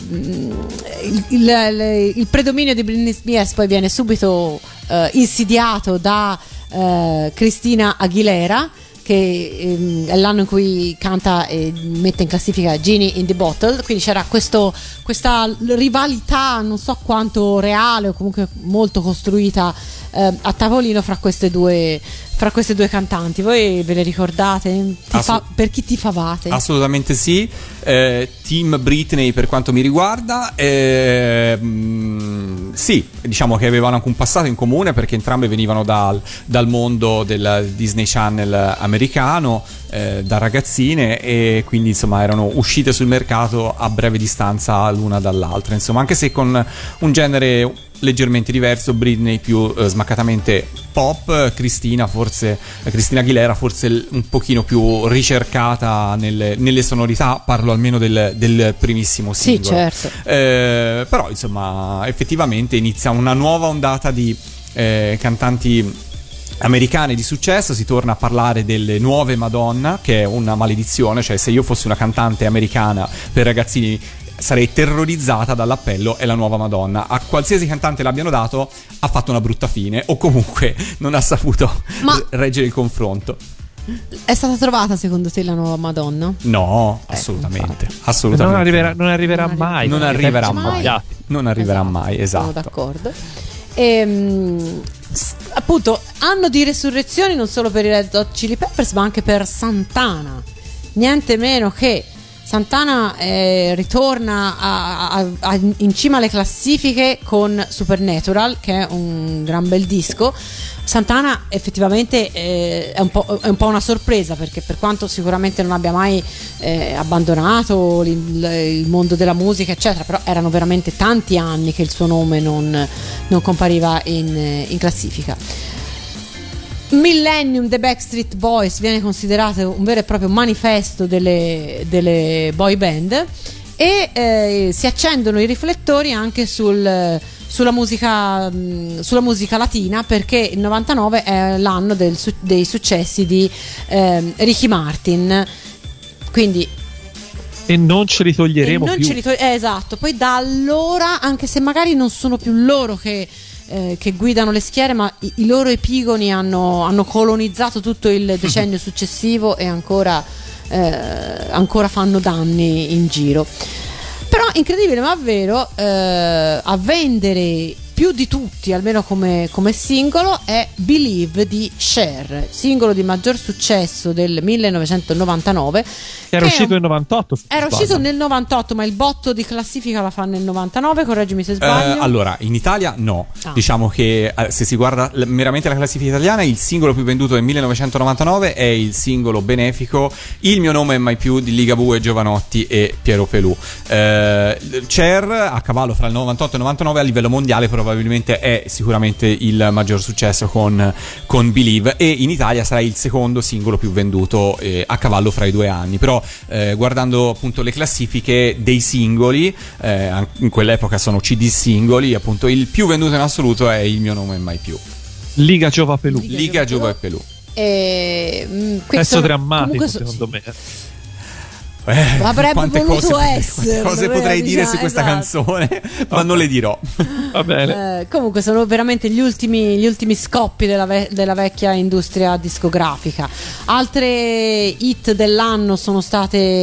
il, il, il predominio di Britney Spears poi viene subito eh, insidiato da eh, Christina Aguilera, che ehm, è l'anno in cui canta e mette in classifica Genie in the Bottle, quindi c'era questo, questa rivalità non so quanto reale o comunque molto costruita eh, a tavolino fra queste due fra queste due cantanti. Voi ve le ricordate? Tifa- Assolut- per chi tifavate? Assolutamente sì. eh, Team Britney per quanto mi riguarda, eh, mh, sì, diciamo che avevano anche un passato in comune, perché entrambe venivano dal, dal mondo del Disney Channel americano, eh, da ragazzine, e quindi insomma erano uscite sul mercato a breve distanza l'una dall'altra, insomma, anche se con un genere leggermente diverso. Britney più eh, smaccatamente pop, Cristina forse Cristina Aguilera forse un pochino più ricercata nelle, nelle sonorità, parlo almeno del, del primissimo singolo. Sì, certo. Eh, però insomma effettivamente inizia una nuova ondata di eh, cantanti americane di successo. Si torna a parlare delle nuove Madonna, che è una maledizione, cioè se io fossi una cantante americana per ragazzini sarei terrorizzata dall'appello "è la nuova Madonna". A qualsiasi cantante l'abbiano dato ha fatto una brutta fine, o comunque non ha saputo Ma reggere il confronto. È stata trovata secondo te la nuova Madonna? No, Eh, assolutamente, infatti. assolutamente. Non arriverà, non arriverà Non mai. Non perché arriverà sono mai. cambiati. Non arriverà Esatto, mai, esatto. Sono d'accordo. Ehm, s- appunto, anno di resurrezioni non solo per i Red Hot Chili Peppers, ma anche per Santana. Niente meno che Santana eh, ritorna a- a- a- in cima alle classifiche con Supernatural, che è un gran bel disco. Santana effettivamente eh, è, un po', è un po' una sorpresa, perché per quanto sicuramente non abbia mai eh, abbandonato il, il mondo della musica eccetera, però erano veramente tanti anni che il suo nome non, non compariva in, in classifica. Millennium The Backstreet Boys viene considerato un vero e proprio manifesto delle, delle boy band, e eh, si accendono i riflettori anche sul, sulla, musica, mh, sulla musica latina, perché il novantanove è l'anno del su- dei successi di eh, Ricky Martin, quindi E non ce li toglieremo e non più. ce li tog- eh, esatto, poi da allora, anche se magari non sono più loro che eh, che guidano le schiere, ma i, i loro epigoni hanno, hanno colonizzato tutto il decennio successivo e ancora, eh, ancora fanno danni in giro. Però incredibile ma vero, eh, a vendere più di tutti, almeno come, come singolo, è Believe di Cher, singolo di maggior successo del millenovecentonovantanove. Che era che è uscito un- nel novantotto. se non Era sbaglio. uscito nel novantotto, ma il botto di classifica la fa nel novantanove, correggimi se Eh, sbaglio. allora, in Italia no. Ah. Diciamo che eh, se si guarda l- meramente la classifica italiana, il singolo più venduto del millenovecentonovantanove è il singolo benefico Il mio nome è mai più di Ligabue, Giovanotti e Piero Pelù. Eh, Cher, a cavallo fra il novantotto e il novantanove, a livello mondiale probabilmente è sicuramente il maggior successo con, con Believe, e in Italia sarà il secondo singolo più venduto eh, a cavallo fra i due anni. Però eh, guardando appunto le classifiche dei singoli, eh, an- in quell'epoca sono C D singoli, appunto il più venduto in assoluto è Il mio nome è mai più. Liga Giova Pelù. Liga Liga Giova Giova e Pelù. E, mh, qui Pezzo sono- drammatico, comunque so- secondo me. Eh, Avrebbe quante voluto cose, essere, quante cose doveva potrei dire dire, su questa esatto. canzone, ma non le dirò. Va bene. Eh, comunque sono veramente gli ultimi, gli ultimi scoppi della, ve- della vecchia industria discografica. Altre hit dell'anno sono state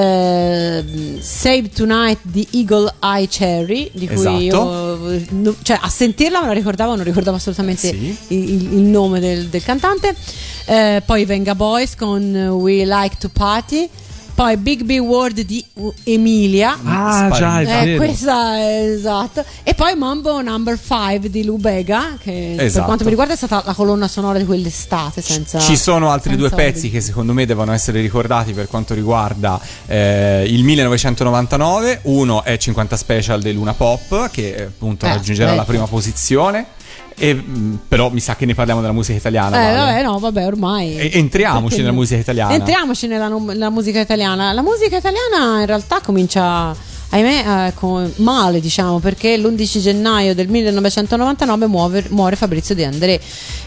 eh, Save Tonight di Eagle Eye Cherry, di cui Esatto. io no- cioè a sentirla me la ricordavo, non ricordavo assolutamente Sì. il, il nome del, del cantante. Eh, poi Venga Boys con We Like to Party. Poi Big Big World di Emilia. Ah, già, è Sparita. Eh, vero. questa è esatto. E poi Mambo Number cinque di Lou Bega, che per Esatto. quanto mi riguarda è stata la colonna sonora di quell'estate. Senza, Ci sono altri senza due pezzi obblighi. che secondo me devono essere ricordati per quanto riguarda eh, il millenovecentonovantanove. Uno è cinquanta Special dei Luna Pop, che appunto Eh, raggiungerà la ecco. prima posizione. E, mh, però mi sa che ne parliamo della musica italiana. Eh, Vale. vabbè, no, vabbè, ormai. E- entriamoci Perché nella no? musica italiana. Entriamoci nella, nella musica italiana. La musica italiana in realtà comincia, ahimè, eh, con- male, diciamo, perché l'undici gennaio del millenovecentonovantanove muove- muore Fabrizio De André,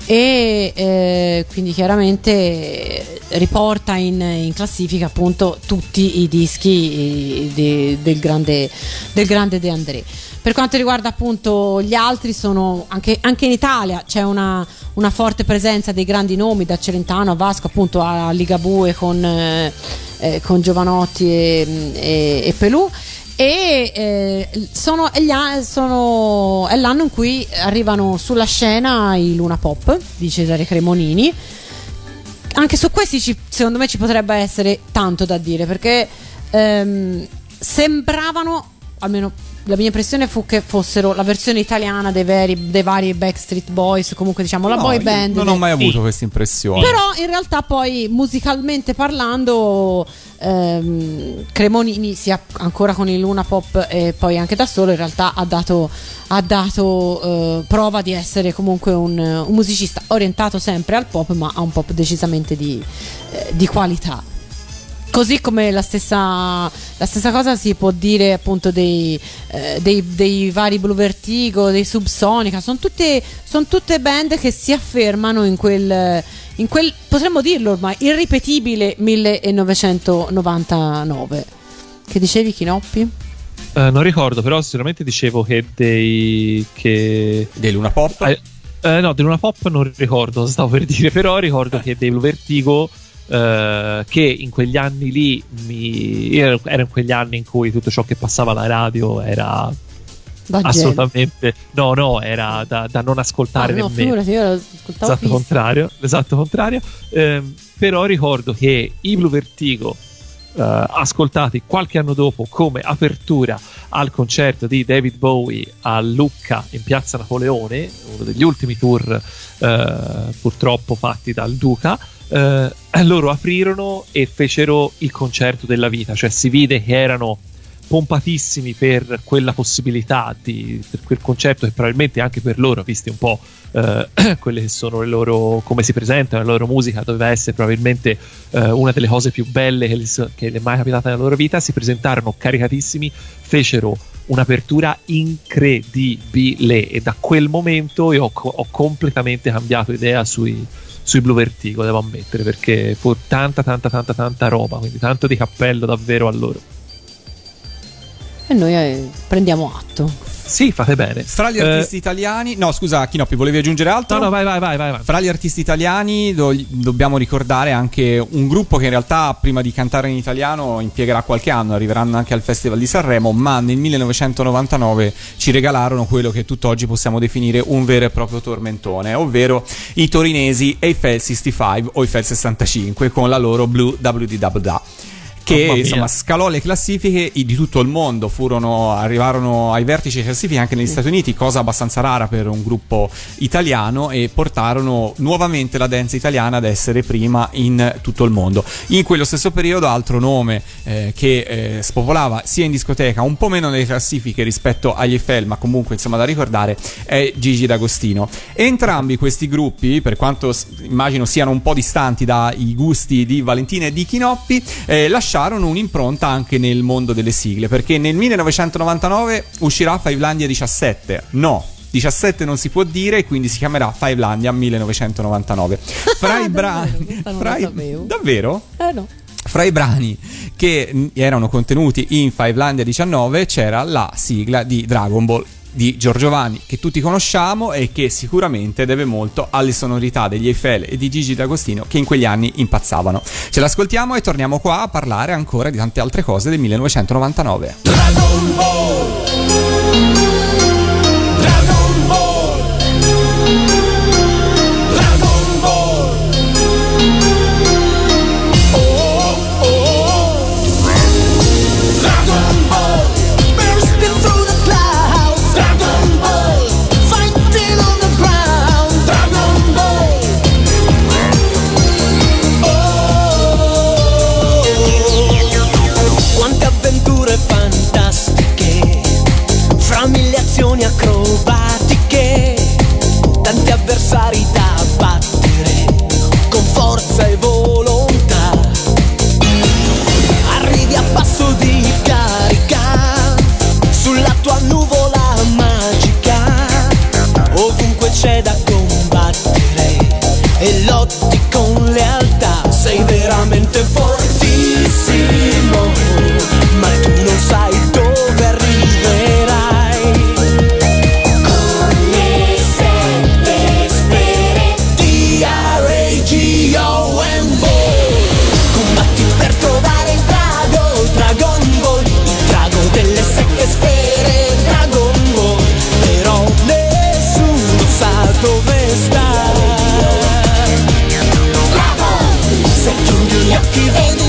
e eh, quindi chiaramente riporta in, in classifica appunto tutti i dischi di- del grande, del grande De André. Per quanto riguarda appunto gli altri, sono anche, anche in Italia c'è una, una forte presenza dei grandi nomi, da Celentano a Vasco, appunto a Ligabue con, eh, eh, con Giovanotti e, e, e Pelù. E eh, sono, gli a- sono- è l'anno in cui arrivano sulla scena i Luna Pop di Cesare Cremonini. Anche su questi ci- secondo me ci potrebbe essere tanto da dire, perché ehm, sembravano, almeno la mia impressione fu che fossero la versione italiana dei, veri, dei vari Backstreet Boys, comunque diciamo la No, boy io band. non ho mai avuto Sì. questa impressione. Però in realtà poi musicalmente parlando, ehm, Cremonini sia ancora con il Luna Pop e poi anche da solo, in realtà ha dato, ha dato eh, prova di essere comunque un, un musicista orientato sempre al pop, ma a un pop decisamente di, eh, di qualità. Così come la stessa, la stessa cosa si può dire appunto dei, eh, dei, dei vari Blue Vertigo, dei Subsonica. Sono tutte, son tutte band che si affermano in quel, in quel, potremmo dirlo ormai, irripetibile millenovecentonovantanove. Che dicevi, Chinoppi? Eh, non ricordo, però sicuramente dicevo che dei. che Dei Luna Pop. ai, Eh, no, di Luna Pop non ricordo, stavo per dire, però ricordo che dei Blue Vertigo, eh, che in quegli anni lì, mi... ero, ero in quegli anni in cui tutto ciò che passava alla radio era Da assolutamente, no, no, era da, da non ascoltare Ah, no, nemmeno. figurati, io lo ascoltavo Esatto fisso. contrario, l'esatto contrario. Ehm, però ricordo che i Blue Vertigo, eh, ascoltati qualche anno dopo come apertura al concerto di David Bowie a Lucca in Piazza Napoleone, uno degli ultimi tour eh, purtroppo fatti dal Duca, eh, loro aprirono e fecero il concerto della vita, cioè si vide che erano pompatissimi per quella possibilità di, per quel concerto, e probabilmente anche per loro, visti un po' eh, quelle che sono le loro, come si presentano, la loro musica doveva essere probabilmente eh, una delle cose più belle che, le, che le è mai capitata nella loro vita. Si presentarono caricatissimi, fecero un'apertura incredibile, e da quel momento io ho, ho completamente cambiato idea sui sui Blue Vertigo, devo ammettere, perché fu tanta tanta tanta tanta roba, quindi tanto di cappello davvero a loro. E noi eh, prendiamo atto. Sì, fate bene. Fra gli Eh, artisti italiani, no scusa Chinoppi, volevi aggiungere altro? No, no, vai, vai, vai, vai, vai. Fra gli artisti italiani do- dobbiamo ricordare anche un gruppo che in realtà prima di cantare in italiano impiegherà qualche anno, arriveranno anche al Festival di Sanremo, ma nel millenovecentonovantanove ci regalarono quello che tutt'oggi possiamo definire un vero e proprio tormentone, ovvero i torinesi Eiffel sessantacinque o Eiffel sessantacinque con la loro Blue W D W D, che Mamma mia. insomma scalò le classifiche di tutto il mondo, furono, arrivarono ai vertici delle classifiche anche negli Stati Uniti, cosa abbastanza rara per un gruppo italiano, e portarono nuovamente la dance italiana ad essere prima in tutto il mondo. In quello stesso periodo altro nome eh, che eh, spopolava sia in discoteca, un po' meno nelle classifiche rispetto agli Eiffel, ma comunque insomma da ricordare, è Gigi D'Agostino. Entrambi questi gruppi, per quanto s- immagino siano un po' distanti dai gusti di Valentina e di Chinoppi, eh, lasciarono un'impronta anche nel mondo delle sigle, perché nel millenovecentonovantanove uscirà Fivelandia diciassette. No, diciassette non si può dire, quindi si chiamerà Fivelandia millenovecentonovantanove. Fra i brani, questa non fra la i- sapevo. davvero? Eh no. Fra i brani che mh, erano contenuti in Fivelandia diciannove c'era la sigla di Dragon Ball di Giorgiovanni, che tutti conosciamo e che sicuramente deve molto alle sonorità degli Eiffel e di Gigi D'Agostino, che in quegli anni impazzavano. Ce l'ascoltiamo e torniamo qua a parlare ancora di tante altre cose del millenovecentonovantanove. Dragon Ball, Dragon Ball, Dragon Ball. Oh, oh, oh. Dragon Ball, bursting through the clouds. Dragon Ball, fighting on the ground. Dragon Ball. Oh, quante avventure fantastiche, fra mille azioni acrobatiche, tanti avversari da battere con forza e volontà. Arrivi a passo di carica sulla tua nuvola magica, ovunque c'è da combattere e lotti con lealtà. Sei veramente fortissimo, ma tu non sai dove arriverai. Con le sette sfere D R A G O N Ball, combatti per trovare il drago, Dragon Ball, il drago delle sette sfere, Dragon Ball, però nessuno sa dove sta. Se chiudi gli occhi vedi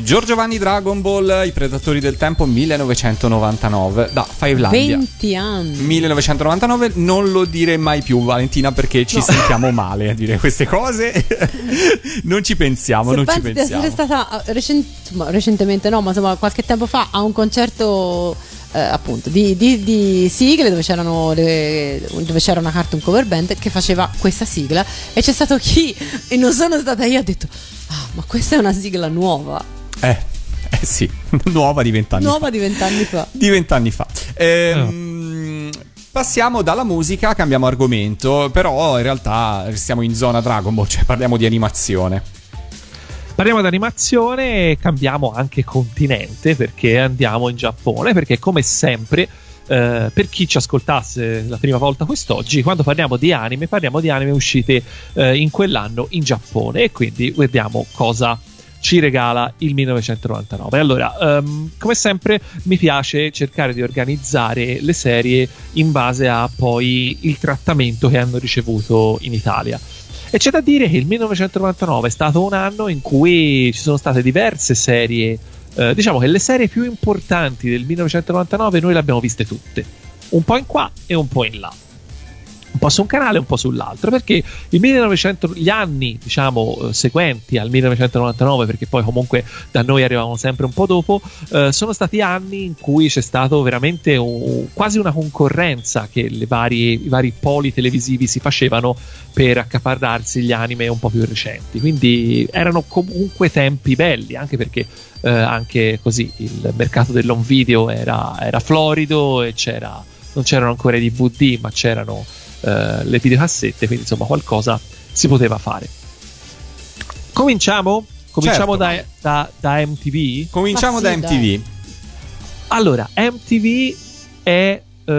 Giorgio Vanni, Dragon Ball, I Predatori del Tempo, millenovecentonovantanove, da Fivelandia. venti anni. millenovecentonovantanove, non lo dire mai più, Valentina, perché ci No. sentiamo male a dire queste cose. Non ci pensiamo, Se non ci pensi di pensiamo. essere stata eh, recent- insomma, recentemente no, ma insomma qualche tempo fa a un concerto eh, appunto di, di, di sigle dove c'erano le- dove c'era una cartoon cover band che faceva questa sigla e c'è stato chi, e non sono stata io, ha detto ah ma questa è una sigla nuova Eh, eh sì, nuova di vent'anni nuova fa. di vent'anni fa. Di vent'anni fa. Ehm, Passiamo dalla musica, cambiamo argomento, però in realtà restiamo in zona Dragon Ball, cioè parliamo di animazione. Parliamo di animazione e cambiamo anche continente perché andiamo in Giappone, perché come sempre, eh, per chi ci ascoltasse la prima volta quest'oggi, quando parliamo di anime, parliamo di anime uscite eh, in quell'anno in Giappone e quindi vediamo cosa ci regala il millenovecentonovantanove. Allora, um, come sempre mi piace cercare di organizzare le serie in base a poi il trattamento che hanno ricevuto in Italia. E c'è da dire che il millenovecentonovantanove è stato un anno in cui ci sono state diverse serie, eh, diciamo che le serie più importanti del millenovecentonovantanove noi le abbiamo viste tutte, un po' in qua e un po' in là, un po' su un canale e un po' sull'altro, perché il millenovecento, gli anni diciamo seguenti al millenovecentonovantanove, perché poi comunque da noi arrivavano sempre un po' dopo, eh, sono stati anni in cui c'è stato veramente un, quasi una concorrenza che le varie, i vari poli televisivi si facevano per accaparrarsi gli anime un po' più recenti, quindi erano comunque tempi belli, anche perché eh, anche così il mercato dell'home video era, era florido e c'era, non c'erano ancora i D V D ma c'erano Uh, le videocassette, quindi insomma qualcosa si poteva fare. Cominciamo? Cominciamo Certo. da, da, da M T V? Cominciamo Ma da sì, M T V. dai. Allora, M T V è uh,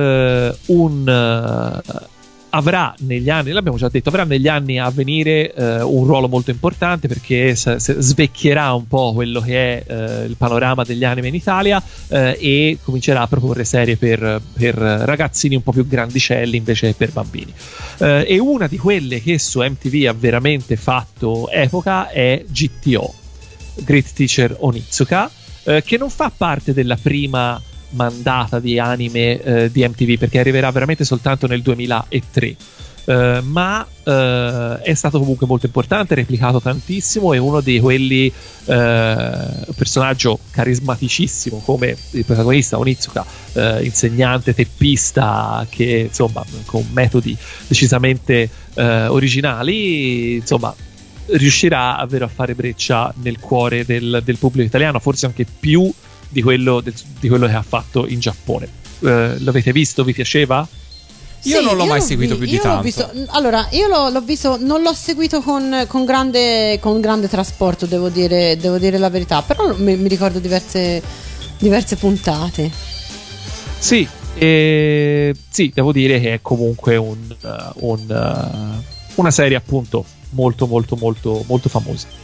un uh, avrà negli anni, l'abbiamo già detto, avrà negli anni a venire uh, un ruolo molto importante perché s- s- svecchierà un po' quello che è uh, il panorama degli anime in Italia uh, e comincerà a proporre serie per, per ragazzini un po' più grandicelli invece che per bambini. Uh, e una di quelle che su M T V ha veramente fatto epoca è G T O, Great Teacher Onizuka, uh, che non fa parte della prima mandata di anime eh, di M T V perché arriverà veramente soltanto nel duemilatré, eh, ma eh, è stato comunque molto importante, replicato tantissimo, è uno di quelli eh, personaggio carismaticissimo come il protagonista Onizuka, eh, insegnante teppista che insomma con metodi decisamente eh, originali, insomma riuscirà davvero a fare breccia nel cuore del, del pubblico italiano, forse anche più di quello, del, di quello che ha fatto in Giappone. Eh, l'avete visto? Vi piaceva? Io Sì, non l'ho mai l'ho seguito vi- più di io l'ho tanto. visto- allora, io l'ho, l'ho visto, non l'ho seguito con, con grande, con grande trasporto, devo dire, devo dire la verità, però mi, mi ricordo diverse, diverse puntate. Sì, eh, sì, devo dire che è comunque un, uh, un, uh, una serie appunto molto molto molto molto famosa.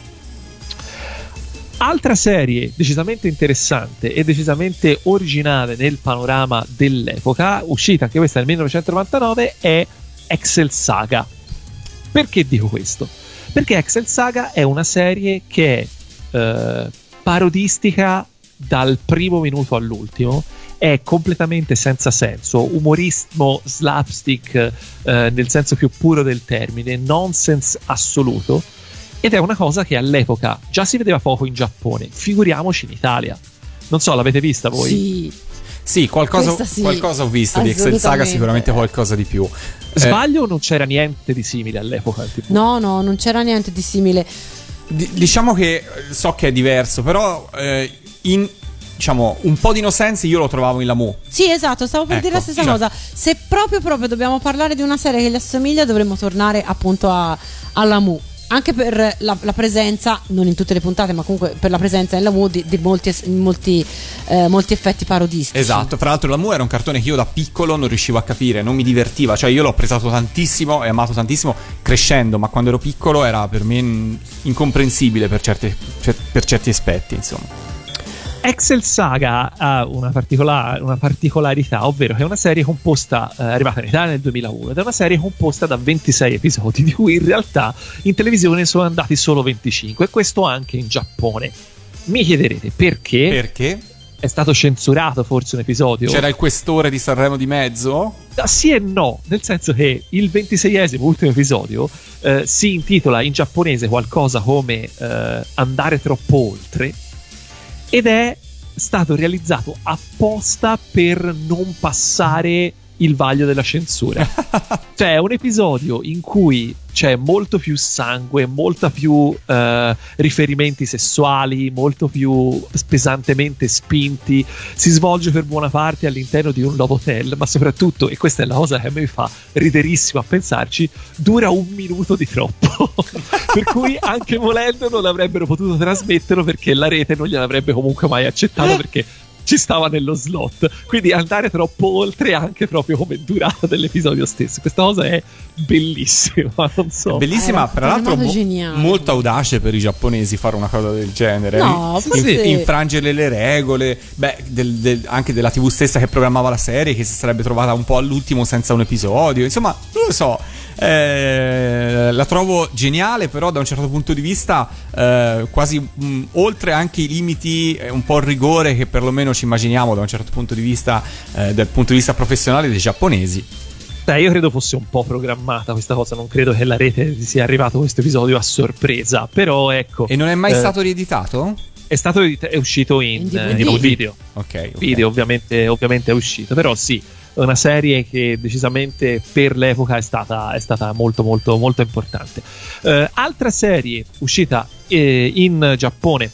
Altra serie decisamente interessante e decisamente originale nel panorama dell'epoca, uscita anche questa nel millenovecentonovantanove, è Excel Saga. Perché dico questo? Perché Excel Saga è una serie che è eh, parodistica dal primo minuto all'ultimo, è completamente senza senso, umorismo slapstick eh, nel senso più puro del termine, nonsense assoluto. Ed è una cosa che all'epoca già si vedeva poco in Giappone, figuriamoci in Italia. Non so, l'avete vista voi? Sì. Sì, qualcosa, Questa sì, qualcosa ho visto di Excel Saga, assolutamente. sicuramente qualcosa di più. Sbaglio o non c'era niente di simile all'epoca in T V? No, no, non c'era niente di simile. Di- diciamo che eh, so che è diverso, però eh, in diciamo un po' di No Sense io lo trovavo in Lamu. Sì, esatto, stavo per Ecco, dire la stessa cioè- cosa. Se proprio proprio dobbiamo parlare di una serie che gli assomiglia, dovremmo tornare appunto a, alla Mu. Anche per la, la presenza, non in tutte le puntate, ma comunque per la presenza nella Mu di, di molti, es- molti, eh, molti effetti parodistici. Esatto, fra l'altro Lamu era un cartone che io da piccolo non riuscivo a capire, non mi divertiva, cioè io l'ho apprezzato tantissimo e amato tantissimo crescendo, ma quando ero piccolo era per me mm, incomprensibile per, certi, cer- per certi aspetti, insomma. Excel Saga ha una, particola- una particolarità, ovvero che è una serie composta, eh, arrivata in Italia nel duemilauno, ed è una serie composta da ventisei episodi, di cui in realtà in televisione sono andati solo venticinque, e questo anche in Giappone. Mi chiederete perché? Perché? È stato censurato forse un episodio? C'era il questore di Sanremo di mezzo? Ah, sì e no, nel senso che il ventiseiesimo ultimo episodio eh, si intitola in giapponese qualcosa come eh, Andare troppo oltre, ed è stato realizzato apposta per non passare il vaglio della censura. Cioè è un episodio in cui c'è molto più sangue, molta più eh, riferimenti sessuali, molto più pesantemente spinti, si svolge per buona parte all'interno di un love hotel, ma soprattutto, e questa è la cosa che a me mi fa riderissimo a pensarci, dura un minuto di troppo. Per cui anche volendo non avrebbero potuto trasmetterlo, perché la rete non gliel'avrebbe comunque mai accettato, perché ci stava nello slot. Quindi andare troppo oltre anche proprio come durata dell'episodio stesso. Questa cosa è bellissima, non so. Bellissima, Eh, tra l'altro mo- geniale. molto audace per i giapponesi fare una cosa del genere. No, In- sì. infrangere le regole, beh, del- del- anche della tivù stessa che programmava la serie, che si sarebbe trovata un po' all'ultimo senza un episodio. Insomma, non lo so. Eh, la trovo geniale, però da un certo punto di vista eh, quasi mh, oltre anche i limiti, eh, un po' il rigore che perlomeno ci immaginiamo da un certo punto di vista, eh, dal punto di vista professionale dei giapponesi. Beh, io credo fosse un po' programmata questa cosa, non credo che la rete sia arrivato questo episodio a sorpresa, però ecco. E non è mai eh, stato rieditato? È stato è uscito in, In D V D. eh, in video. Ok, ok. Video ovviamente, ovviamente è uscito, però sì, è una serie che decisamente per l'epoca è stata, è stata molto molto molto importante. Eh, altra serie uscita eh, in Giappone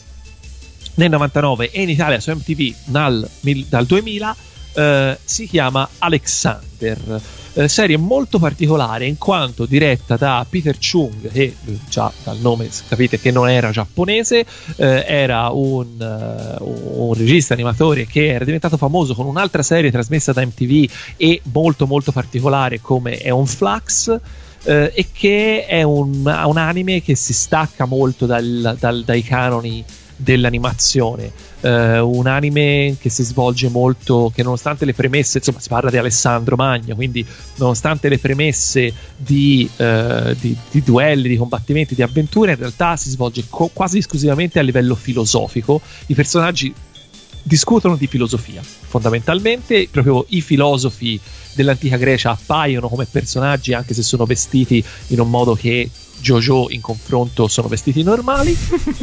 nel novantanove e in Italia su M T V dal, dal duemila eh, si chiama Alexander. Eh, serie molto particolare in quanto diretta da Peter Chung, che eh, già dal nome capite che non era giapponese, eh, era un, uh, un regista animatore che era diventato famoso con un'altra serie trasmessa da M T V e molto molto particolare come Aeon Flux, eh, e che è un, un anime che si stacca molto dal, dal, dai canoni dell'animazione, uh, un anime che si svolge molto, che nonostante le premesse, insomma si parla di Alessandro Magno, quindi nonostante le premesse di, uh, di, di duelli, di combattimenti, di avventure, in realtà si svolge co- quasi esclusivamente a livello filosofico. I personaggi discutono di filosofia fondamentalmente, proprio i filosofi dell'antica Grecia appaiono come personaggi, anche se sono vestiti in un modo che JoJo in confronto sono vestiti normali.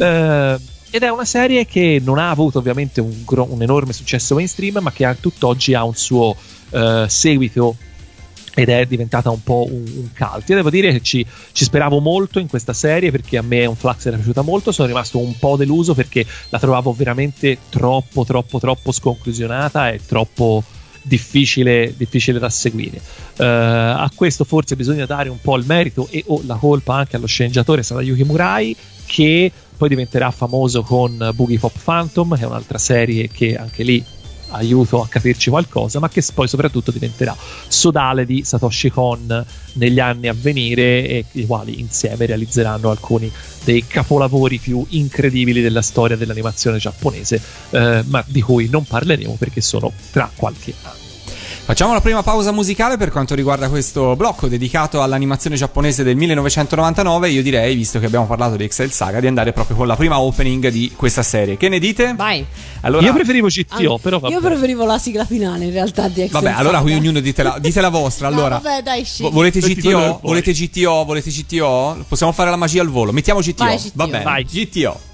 uh, Ed è una serie che non ha avuto ovviamente un, gro- un enorme successo mainstream, ma che a tutt'oggi ha un suo uh, seguito ed è diventata un po' un, un cult. Io devo dire che ci, ci speravo molto in questa serie, perché a me un Flux era piaciuta molto. Sono rimasto un po' deluso perché la trovavo veramente troppo troppo troppo sconclusionata e troppo difficile, difficile da seguire. Uh, a questo forse bisogna dare un po' il merito e o la colpa anche allo sceneggiatore Sadayuki Murai, che poi diventerà famoso con Boogie Pop Phantom, che è un'altra serie che anche lì aiuto a capirci qualcosa, ma che poi soprattutto diventerà sodale di Satoshi Kon negli anni a venire, e i quali insieme realizzeranno alcuni dei capolavori più incredibili della storia dell'animazione giapponese, eh, ma di cui non parleremo perché sono tra qualche anno. Facciamo la prima pausa musicale per quanto riguarda questo blocco dedicato all'animazione giapponese del millenovecentonovantanove. Io direi, visto che abbiamo parlato di Excel Saga, di andare proprio con la prima opening di questa serie. Che ne dite? Vai. Allora, Io preferivo G T O, Ah, però vabbè. Io preferivo la sigla finale in realtà di Excel vabbè, allora Saga. ognuno dite la, dite la vostra. No, Allora, vabbè, dai, scegli. vo- volete Metti quello G T O? che vuoi. Volete G T O? Volete G T O? Possiamo fare la magia al volo. Mettiamo G T O. Vai, G T O. Va bene. Vai. G T O.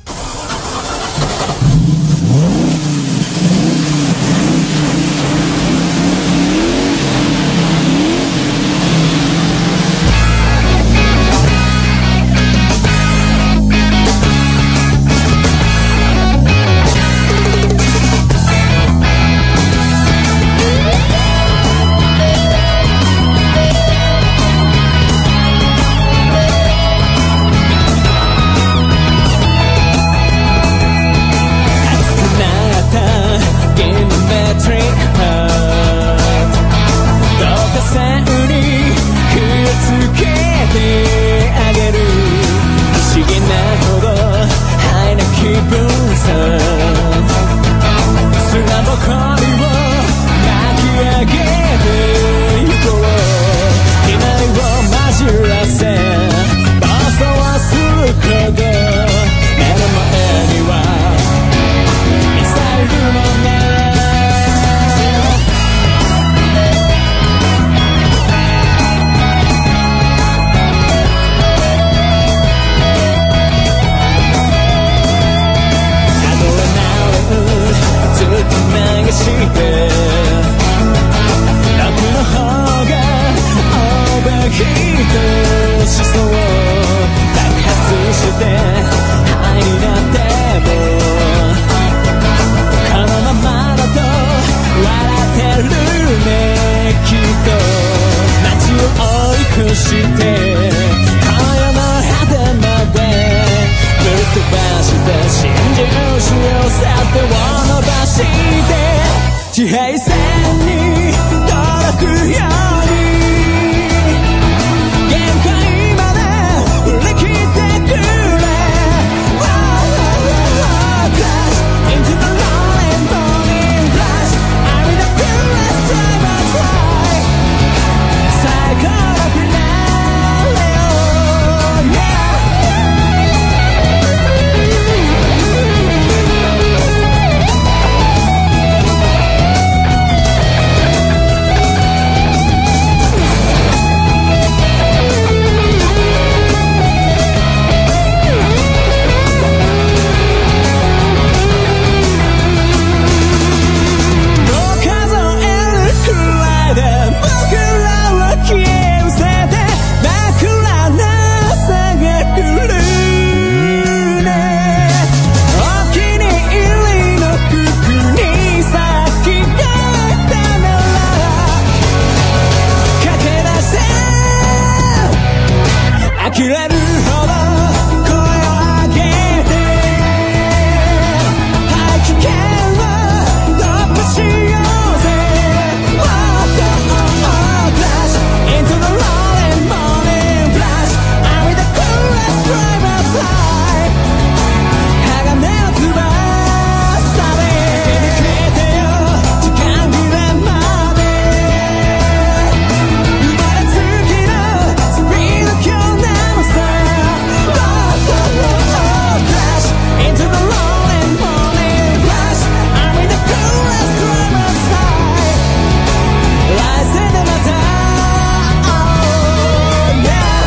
としそう爆発して灰になってもこのままだと笑ってるねきっと街を追い越して今夜の果てまでぶっ飛ばして真珠し寄せてを伸ばして地平線に届くように限界まで振り切ってくれ Crash into the rolling burning flash I'm the purest time I try 最高のフィナーレを Yeah切れるほど声を上げて大気圏を突破しようぜ Oh, oh, oh, Crash into the rolling morning flash I'm the coolest driver side 鋼の翼で駆け抜けてよ時間切れまで生まれつきのスピード強なCrash into the rolling morning flash I'm in the coolest driver side 来世でまた Oh yeah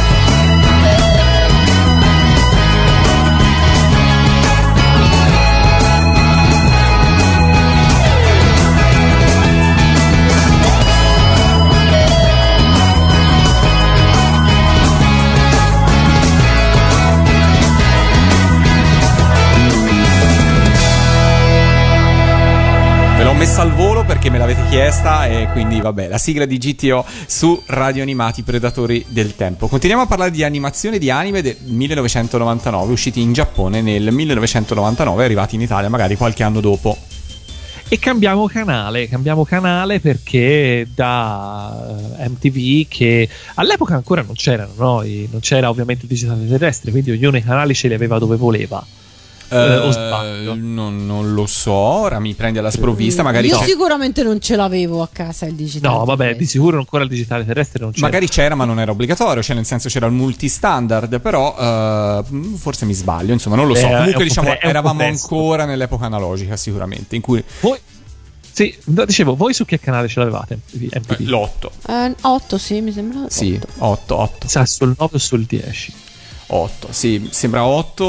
Ve l'ho messa al volo perché me l'avete chiesta e quindi vabbè, la sigla di G T O su Radio Animati Predatori del Tempo. Continuiamo a parlare di animazione di anime del millenovecentonovantanove, usciti in Giappone nel millenovecentonovantanove, arrivati in Italia magari qualche anno dopo. E cambiamo canale, cambiamo canale perché da M T V, che all'epoca ancora non c'erano, no? I- non c'era ovviamente il digitale terrestre, quindi ognuno i canali ce li aveva dove voleva. Eh, o sbaglio? non, non lo so, ora mi prendi alla sprovvista, magari Io c'è- sicuramente non ce l'avevo a casa il digitale. No, vabbè, di terrestre. sicuro ancora il digitale terrestre non c'era. magari c'era ma non era obbligatorio, cioè nel senso c'era il multistandard, però eh, forse mi sbaglio, insomma non lo so. Eh, è Comunque un po' diciamo pre- è un po' eravamo presto. ancora nell'epoca analogica sicuramente, in cui Voi, sì, no, dicevo, voi su che canale ce l'avevate? M T V? l'otto, Eh, otto, sì, mi sembra. sì, otto. otto, otto. Sa, sul nove o sul dieci? otto, sì, sembra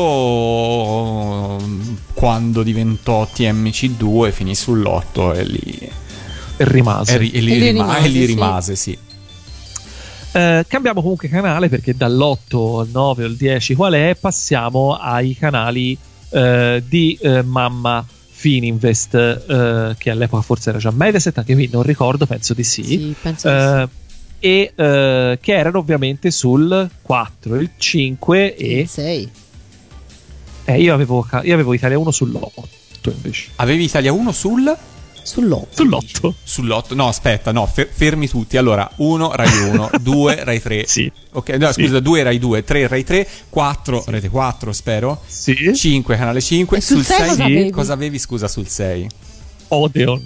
otto quando diventò T M C due, finì sull'otto e lì E rimase. e, ri- e lì, E lì rima- rimase, e lì sì. rimase, sì. Eh, cambiamo comunque canale perché dall'otto al nove o al dieci qual è? Passiamo ai canali eh, di eh, mamma Fininvest, eh, che all'epoca forse era già Mediaset, anche qui non ricordo, penso di sì. Sì, penso di Eh, e eh, che erano ovviamente sul quattro, il cinque sì. e sei. eh, io, avevo, ca- io avevo Italia uno sull'otto invece. Avevi Italia uno sul Sull'otto. Sull'otto? sull'otto? No, aspetta, no, fer- fermi tutti. Allora, uno Rai uno, due Rai tre. Sì. Ok, no, Sì. scusa, due Rai due, tre Rai tre, quattro Rete quattro, spero. Sì. cinque Canale cinque, E sul sul sei sei cosa avevi? cosa avevi, scusa, sul sei? Odeon.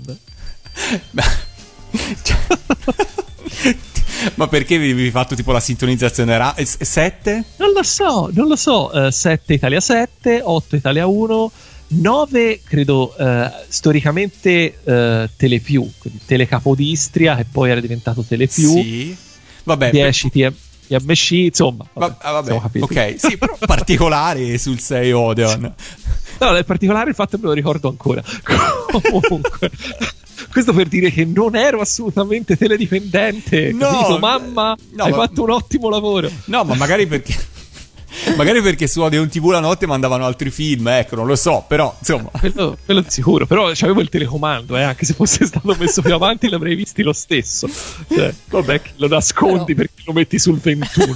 Ma perché avevi fatto tipo la sintonizzazione ra- sette? Non lo so, non lo so. sette Italia sette, otto Italia uno, nove credo eh, storicamente eh, Telepiù, quindi Telecapodistria che poi era diventato Telepiù, Sì. Vabbè, dieci T M C, insomma. Va- Vabbè, ah, vabbè, siamo capiti. ok, sì, però particolare sul sei Odeon. No, nel particolare il fatto me lo ricordo ancora. Comunque, questo per dire che non ero assolutamente teledipendente. No, capito? Mamma, no, hai ma- fatto un ottimo lavoro. No, ma magari perché magari perché su Odeon tivù la notte mandavano altri film, ecco, non lo so, però insomma. Quello, quello di sicuro, però c'avevo il telecomando, eh, anche se fosse stato messo più avanti l'avrei visti lo stesso. Cioè, vabbè, che lo nascondi Però- perché lo metti sul ventuno.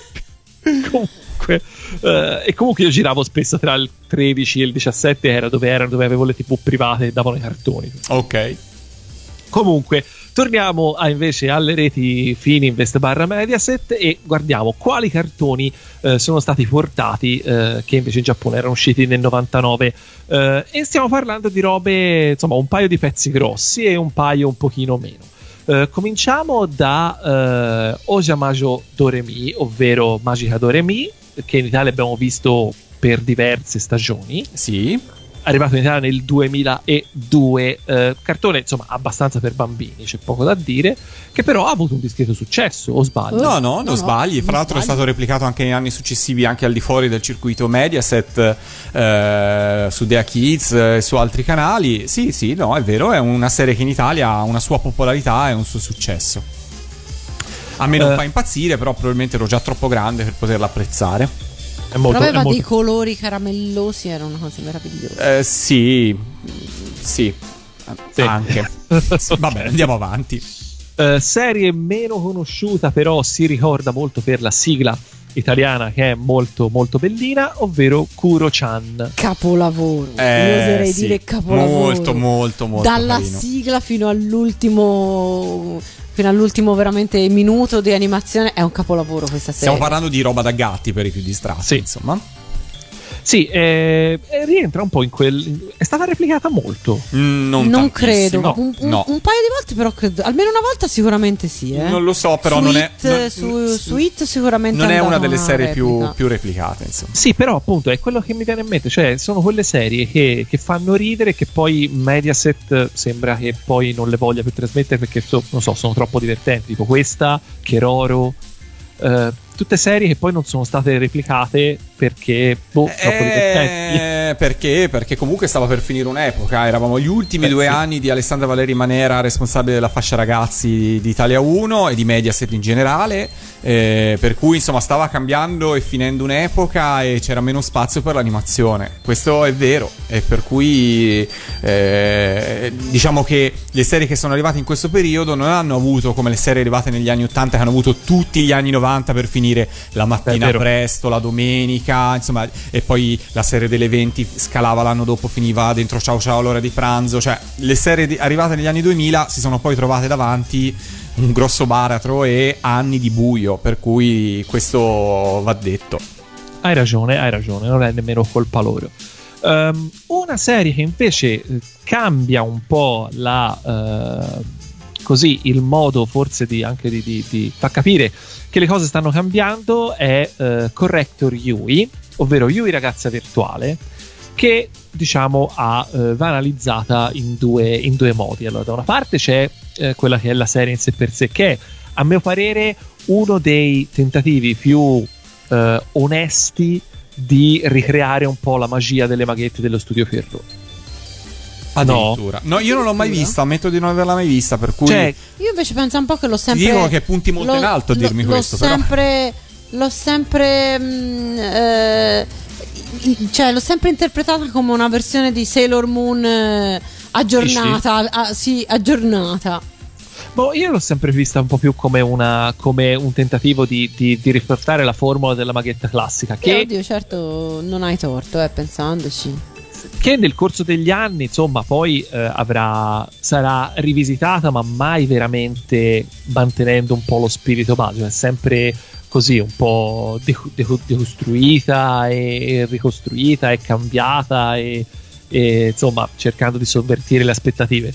Comunque, eh, e comunque io giravo spesso tra il tredici e il diciassette, era dove erano, dove avevo le tivù private e davano i cartoni. Ok. Comunque, torniamo a, invece alle reti Fininvest barra Mediaset e guardiamo quali cartoni eh, sono stati portati, eh, che invece in Giappone erano usciti nel novantanove. Eh, e stiamo parlando di robe, insomma, un paio di pezzi grossi e un paio un pochino meno. Eh, cominciamo da eh, Ojamajo Doremi, ovvero Magica Doremi, che in Italia abbiamo visto per diverse stagioni. Sì. Arrivato in Italia nel duemiladue, eh, cartone insomma abbastanza per bambini, c'è poco da dire, che però ha avuto un discreto successo, o sbaglio? No, no, non no, sbagli. non Fra l'altro è sbagli. stato replicato anche negli anni successivi, anche al di fuori del circuito Mediaset, eh, su Dea Kids e su altri canali. Sì, sì, no, è vero, è una serie che in Italia ha una sua popolarità e un suo successo. A me non Eh. fa impazzire, però probabilmente ero già troppo grande per poterla apprezzare. È molto, Però aveva è molto- dei colori caramellosi, era una cosa meravigliosa. Eh, sì, sì, Sì. anche. Sì, vabbè, andiamo avanti. Eh, serie meno conosciuta, però si ricorda molto per la sigla italiana che è molto molto bellina, ovvero Kuro-chan. Capolavoro. Eh, Io oserei sì, dire capolavoro. molto, molto, molto Dalla carino. sigla fino all'ultimo fino all'ultimo veramente minuto di animazione è un capolavoro questa serie. Stiamo parlando di roba da gatti per i più distratti, Sì. insomma. Sì, eh, eh, rientra un po' in quel... È stata replicata molto. Mm, non non tantissimo. credo, No, un, un- no. un paio di volte però credo, almeno una volta sicuramente sì, eh. Non lo so, però su non è It, non- su, su It sicuramente non è andata una delle serie più, replica. più replicate, insomma. Sì, però appunto è quello che mi viene in mente, cioè sono quelle serie che, che fanno ridere, che poi Mediaset sembra che poi non le voglia più trasmettere perché so- non so, sono troppo divertenti, tipo questa, Keroro, eh, tutte serie che poi non sono state replicate perché boh, troppo divertenti. Eh, perché? Perché comunque stava per finire un'epoca. Eravamo gli ultimi Eh, due sì. anni di Alessandra Valeri Manera, responsabile della fascia ragazzi di, di Italia uno e di Mediaset in generale. Eh, per cui insomma stava cambiando e finendo un'epoca e c'era meno spazio per l'animazione. Questo è vero. E per cui eh, diciamo che le serie che sono arrivate in questo periodo non hanno avuto come le serie arrivate negli anni ottanta, che hanno avuto tutti gli anni novanta per finire la mattina È vero. presto, la domenica, insomma, e poi la serie delle venti scalava l'anno dopo, finiva dentro Ciao Ciao l'ora di pranzo. Cioè le serie di- arrivate negli anni duemila si sono poi trovate davanti un grosso baratro e anni di buio, per cui questo va detto. Hai ragione, hai ragione, non è nemmeno colpa loro. Um, una serie che invece eh, cambia un po' la eh, così il modo forse di anche di, di, di far capire che le cose stanno cambiando è eh, Corrector Yui, ovvero Yui ragazza virtuale, che diciamo ha, eh, va analizzata in due, in due modi. Allora, da una parte c'è eh, quella che è la serie in sé per sé, che è a mio parere uno dei tentativi più eh, onesti di ricreare un po' la magia delle maghette dello studio Pierrot. Addirittura. No, io non l'ho mai vista, ammetto di non averla mai vista, per cui Cioè, Io invece penso un po' che l'ho ti sempre dicono che punti molto l'ho- in alto a l'ho- dirmi l'ho questo, però. sempre l'ho sempre mm, eh, i- cioè l'ho sempre interpretata come una versione di Sailor Moon eh, aggiornata, ah, sì, aggiornata. boh, io l'ho sempre vista un po' più come, una, come un tentativo di, di, di riportare la formula della maghetta classica, Che che oddio, certo, non hai torto, eh, pensandoci. che nel corso degli anni insomma poi eh, avrà sarà rivisitata, ma mai veramente mantenendo un po' lo spirito base, è sempre così un po' deco- deco- decostruita e ricostruita e cambiata e, e insomma cercando di sovvertire le aspettative.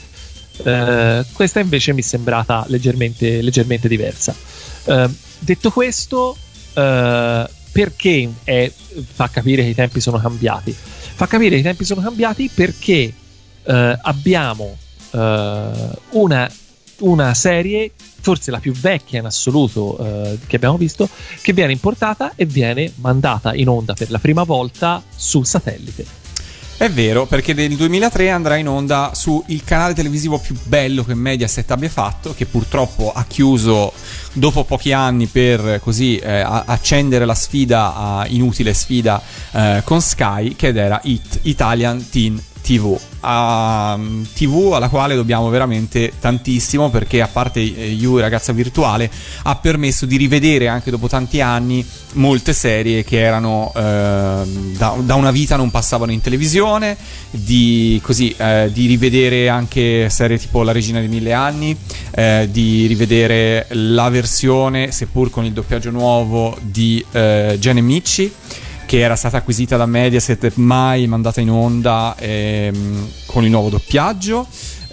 Eh, questa invece mi è sembrata leggermente, leggermente diversa. Eh, detto questo, eh, perché è, fa capire che i tempi sono cambiati? Fa capire che i tempi sono cambiati perché eh, abbiamo eh, una, una serie, forse la più vecchia in assoluto eh, che abbiamo visto, che viene importata e viene mandata in onda per la prima volta su satellite. È vero, perché nel duemilatré andrà in onda su il canale televisivo più bello che Mediaset abbia fatto, che purtroppo ha chiuso dopo pochi anni per così eh, accendere la sfida, a inutile sfida eh, con Sky, che era Hit Italian Teen tivù, a tivù alla quale dobbiamo veramente tantissimo, perché a parte You ragazza virtuale ha permesso di rivedere anche dopo tanti anni molte serie che erano eh, da, da una vita non passavano in televisione, di così eh, di rivedere anche serie tipo La Regina dei Mille Anni, eh, di rivedere la versione, seppur con il doppiaggio nuovo, di eh, Jen e Mitchie, che era stata acquisita da Mediaset e mai mandata in onda ehm, con il nuovo doppiaggio.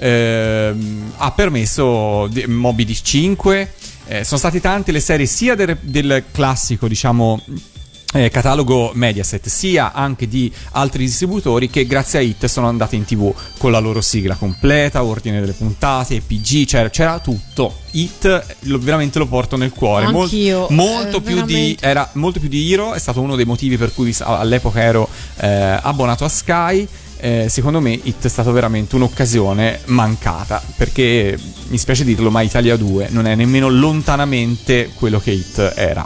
Ehm, ha permesso de- Moby Dick cinque. Eh, sono state tante le serie sia del, del classico, diciamo, eh, catalogo Mediaset, sia anche di altri distributori che grazie a Hit sono andate in tv con la loro sigla completa, ordine delle puntate, P G, c'era, c'era tutto. Hit lo, veramente lo porto nel cuore. Anch'io, Mol, molto eh, più veramente. di era molto più di Hero, è stato uno dei motivi per cui all'epoca ero eh, abbonato a Sky. Eh, secondo me Hit è stato veramente un'occasione mancata, perché mi spiace dirlo, ma Italia due non è nemmeno lontanamente quello che Hit era.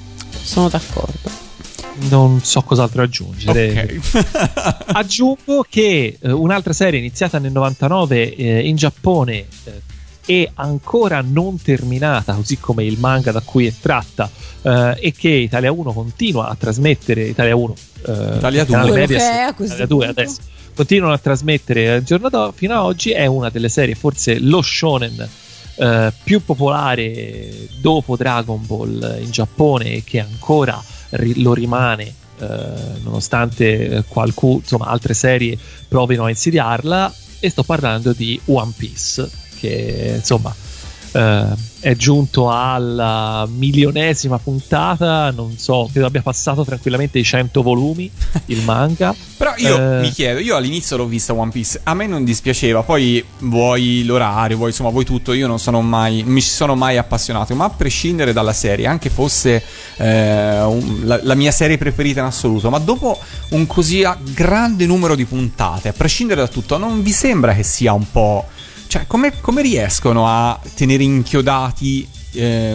Sono d'accordo. Non so cos'altro aggiungere. Ok. Aggiungo che eh, un'altra serie iniziata nel novantanove eh, in Giappone eh, e ancora non terminata, così come il manga da cui è tratta, eh, e che Italia uno continua a trasmettere, Italia uno eh, Italia due. canale Quello Mediaset, che è a questo Italia due punto. adesso continuano a trasmettere al giorno d'oggi, fino ad oggi è una delle serie, forse lo shonen eh, più popolare dopo Dragon Ball in Giappone, e che ancora ri- lo rimane eh, nonostante qualcuno, insomma, altre serie provino a insidiarla, e sto parlando di One Piece, che insomma eh, è giunto alla milionesima puntata, non so, credo abbia passato tranquillamente i cento volumi il manga. Però io Eh, mi chiedo, io all'inizio l'ho vista One Piece, a me non dispiaceva, poi vuoi l'orario, vuoi insomma vuoi tutto, io non sono mai, non mi ci sono mai appassionato, ma a prescindere dalla serie, anche fosse eh, un, la, la mia serie preferita in assoluto, ma dopo un così grande numero di puntate, a prescindere da tutto, non vi sembra che sia un po'... Cioè, come, come riescono a tenere inchiodati eh,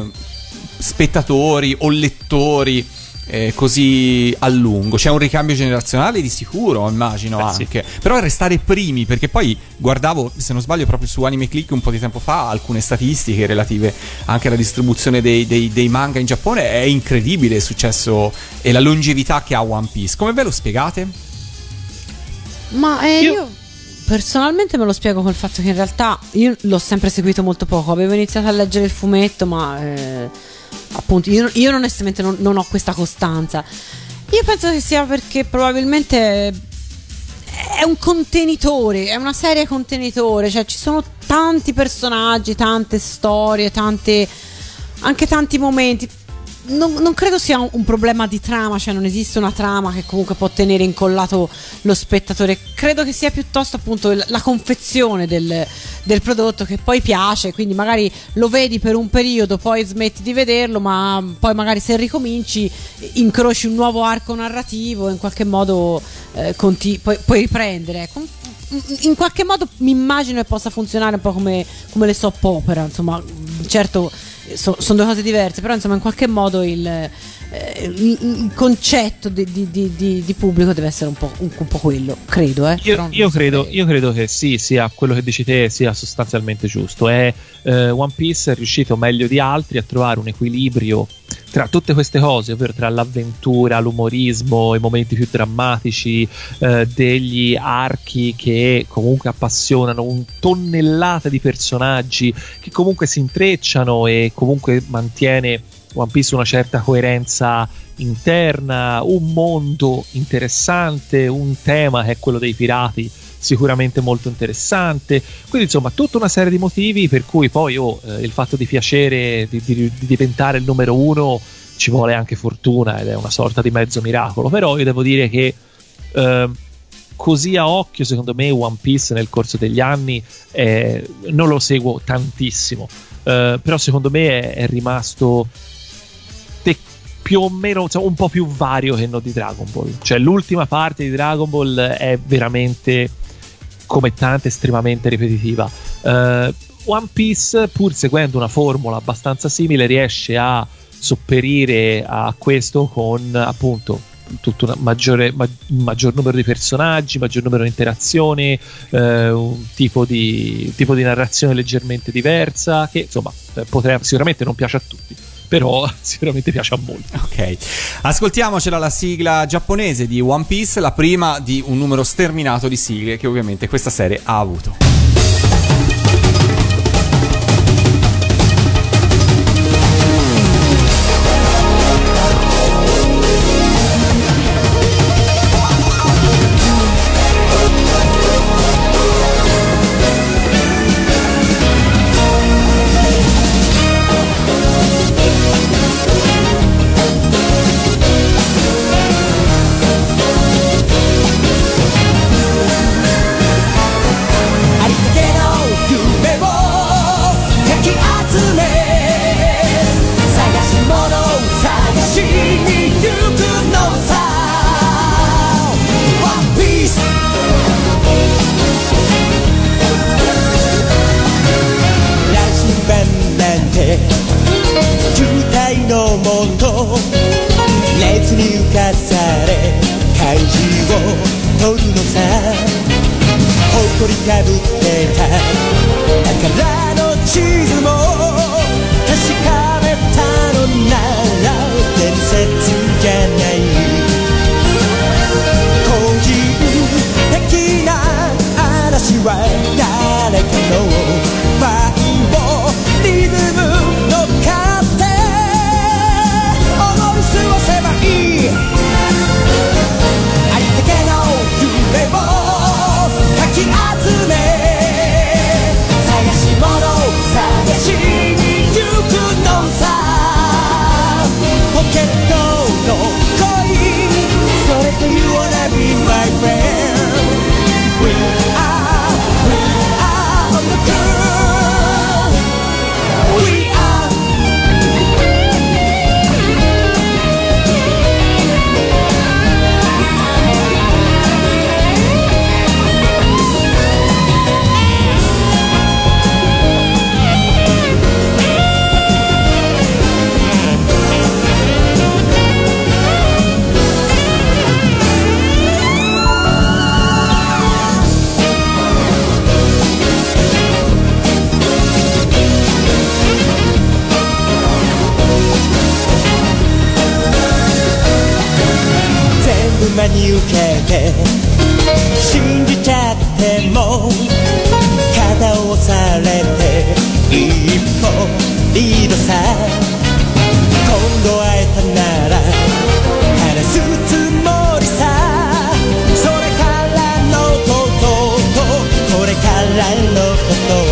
spettatori o lettori eh, così a lungo? C'è un ricambio generazionale di sicuro, immagino. Beh, anche sì. Però restare primi, perché poi guardavo, se non sbaglio, proprio su Anime Click un po' di tempo fa, alcune statistiche relative anche alla distribuzione dei, dei, dei manga in Giappone. È incredibile il successo e la longevità che ha One Piece. Come ve lo spiegate? Ma eh, Io- io... personalmente me lo spiego col fatto che in realtà io l'ho sempre seguito molto poco. Avevo iniziato a leggere il fumetto, ma eh, appunto io, io onestamente non, non ho questa costanza. Io penso che sia perché probabilmente è un contenitore, è una serie contenitore, cioè ci sono tanti personaggi, tante storie, tante, anche tanti momenti. Non, non credo sia un, un problema di trama, cioè non esiste una trama che comunque può tenere incollato lo spettatore. Credo che sia piuttosto appunto il- la confezione del, del prodotto che poi piace, quindi magari lo vedi per un periodo, poi smetti di vederlo, ma poi magari se ricominci incroci un nuovo arco narrativo, in qualche modo eh, conti- puoi, puoi riprendere. Ecco. In qualche modo mi immagino che possa funzionare un po' come, come le soap opera, insomma, certo so- sono due cose diverse, però insomma in qualche modo il, eh, il, il concetto di, di- di- di- di pubblico deve essere un po', un, un po' quello, credo. Eh, Io, Però non io credo, saprei. io credo che sì, sia quello che dici te sia sostanzialmente giusto. È, eh, One Piece è riuscito meglio di altri a trovare un equilibrio tra tutte queste cose, ovvero tra l'avventura, l'umorismo, i momenti più drammatici, eh, degli archi che comunque appassionano, un tonnellata di personaggi che comunque si intrecciano, e comunque mantiene One Piece una certa coerenza interna, un mondo interessante, un tema che è quello dei pirati sicuramente molto interessante. Quindi insomma tutta una serie di motivi per cui poi oh, eh, il fatto di piacere, di, di, di diventare il numero uno, ci vuole anche fortuna ed è una sorta di mezzo miracolo. Però io devo dire che eh, così a occhio, secondo me One Piece nel corso degli anni eh, non lo seguo tantissimo, eh, però secondo me è, è rimasto più o meno, insomma, un po' più vario che non di Dragon Ball. Cioè l'ultima parte di Dragon Ball è veramente, come tante, estremamente ripetitiva. uh, One Piece, pur seguendo una formula abbastanza simile, riesce a sopperire a questo con appunto tutto un maggiore, ma, maggior numero di personaggi, maggior numero di interazioni, eh, un tipo di, un tipo di narrazione leggermente diversa, che insomma potrà, sicuramente non piace a tutti, però sicuramente piace a molti. Ok, ascoltiamocela la sigla giapponese di One Piece, la prima di un numero sterminato di sigle che ovviamente questa serie ha avuto. 真に受けて信じちゃっても肩を押されて一歩リードさ今度会えたなら話すつもりさそれからのこととこれからのこと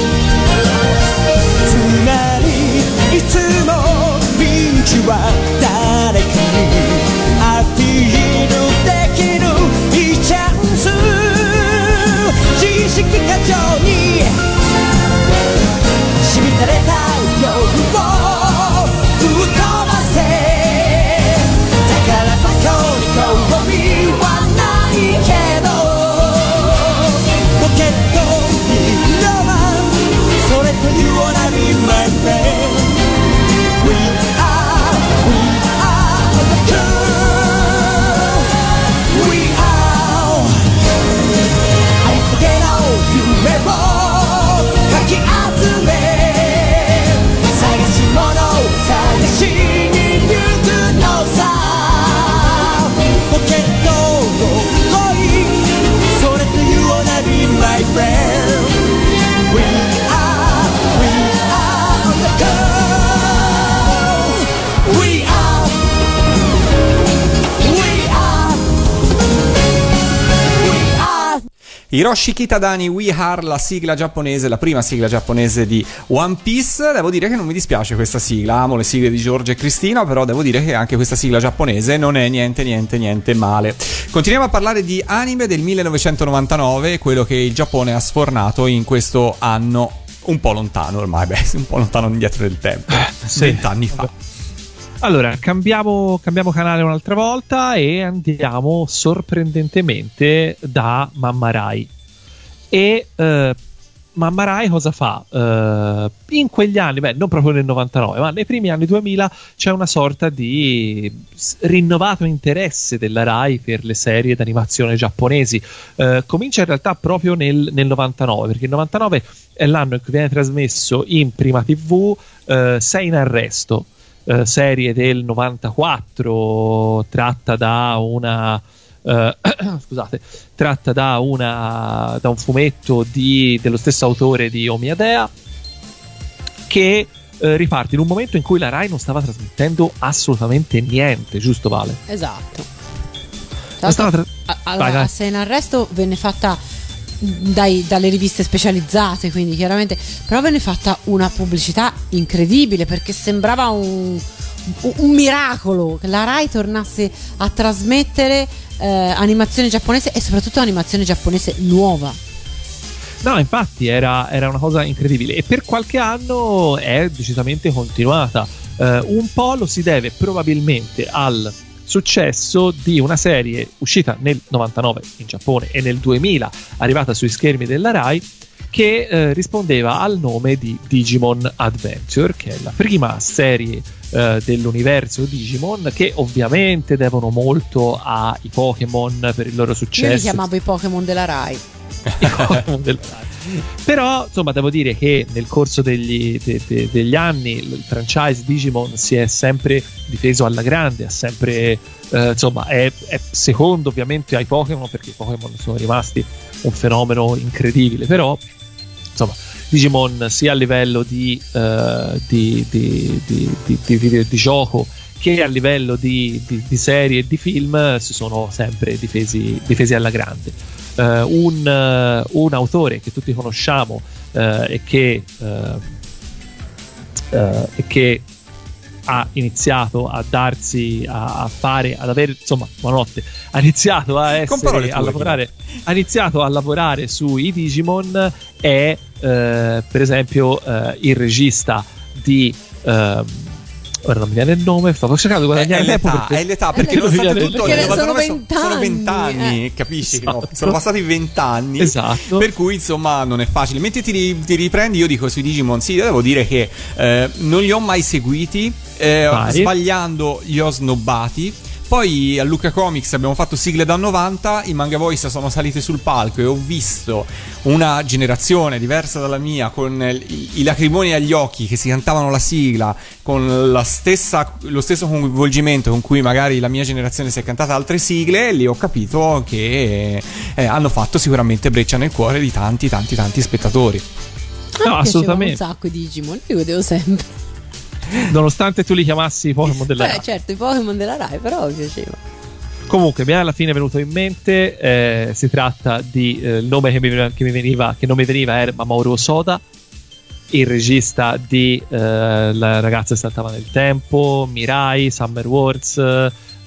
つまりいつも道は誰かにアピールできるいいチャンス自意識過剰にしみたれた夜を吹っ飛ばせ宝箱に興味はないけどポケットにロマンそれというオナミーマイフレンド We are, we are the girls We are ありったけの夢をかき集め探し物探しに行くのさポケットの恋それというオナミーマイフレンド We are, we are the girls We are, we are, we are Hiroshi Kitadani, We Are, la sigla giapponese, la prima sigla giapponese di One Piece. Devo dire che non mi dispiace questa sigla, amo le sigle di Giorgio e Cristina, però devo dire che anche questa sigla giapponese non è niente niente niente male. Continuiamo a parlare di anime del millenovecentonovantanove, quello che il Giappone ha sfornato in questo anno un po' lontano ormai, beh, un po' lontano indietro nel tempo, sì. vent'anni fa. Allora, cambiamo, cambiamo canale un'altra volta e andiamo sorprendentemente da Mamma Rai. E eh, Mamma Rai cosa fa? Eh, in quegli anni, beh, non proprio nel novantanove, ma nei primi anni duemila c'è una sorta di rinnovato interesse della Rai per le serie d'animazione giapponesi. Eh, comincia in realtà proprio nel, nel novantanove, perché il novantanove è l'anno in cui viene trasmesso in prima tivù eh, Sei in arresto. Uh, serie del novantaquattro tratta da una uh, scusate tratta da una da un fumetto di, dello stesso autore di Omiyadea, che uh, riparte in un momento in cui la Rai non stava trasmettendo assolutamente niente, giusto Vale? Esatto. Non stava tra- a, allora, a Sei in arresto venne fatta dai, dalle riviste specializzate, quindi chiaramente, però venne fatta una pubblicità incredibile, perché sembrava un, un miracolo che la Rai tornasse a trasmettere eh, animazione giapponese, e soprattutto animazione giapponese nuova. No, infatti era, era una cosa incredibile, e per qualche anno è decisamente continuata. Eh, un po' lo si deve probabilmente al successo di una serie uscita nel novantanove in Giappone e nel duemila arrivata sui schermi della Rai, che eh, rispondeva al nome di Digimon Adventure, che è la prima serie eh, dell'universo Digimon, che ovviamente devono molto ai Pokémon per il loro successo. Io li chiamavo i Pokémon della Rai. I Pokémon della Rai. Però insomma devo dire che nel corso degli, de, de, degli anni il franchise Digimon si è sempre difeso alla grande, ha sempre eh, insomma è, è secondo ovviamente ai Pokémon, perché i Pokémon sono rimasti un fenomeno incredibile, però insomma Digimon sia a livello di, uh, di, di, di, di, di, di, di gioco che a livello di, di, di serie e di film si sono sempre difesi, difesi alla grande. Uh, un, uh, un autore che tutti conosciamo uh, e che uh, uh, e che ha iniziato a darsi a, a fare ad avere insomma buonanotte ha iniziato a essere a lavorare ha iniziato a lavorare sui Digimon è uh, per esempio uh, il regista di uh, ora non mi viene il nome, stavo cercando di guadagnare è l'età, perché... è l'età perché nonostante tutto perché nel sono novantanove vent'anni, sono vent'anni, eh. capisci? Esatto. No? Sono passati vent'anni, esatto. Per cui insomma non è facile. Mentre ti, ti riprendi, io dico sui Digimon, sì, io devo dire che eh, non li ho mai seguiti, eh, sbagliando li ho snobbati. Poi a Lucca Comics abbiamo fatto sigle da novanta, i Manga Voice sono saliti sul palco e ho visto una generazione diversa dalla mia, con i, i lacrimoni agli occhi, che si cantavano la sigla con la stessa, lo stesso coinvolgimento con cui magari la mia generazione si è cantata altre sigle, e lì ho capito che eh, hanno fatto sicuramente breccia nel cuore di tanti tanti tanti spettatori. No, assolutamente. Un sacco di Digimon, li vedevo sempre. Nonostante tu li chiamassi i Pokémon della Rai. Eh, certo, i Pokémon della Rai, però mi piaceva. Comunque, mi è alla fine venuto in mente. Eh, si tratta di eh, il nome che mi, che mi veniva, che non mi veniva era Mamoru Soda, il regista di eh, La ragazza che saltava nel tempo, Mirai, Summer Wars, eh,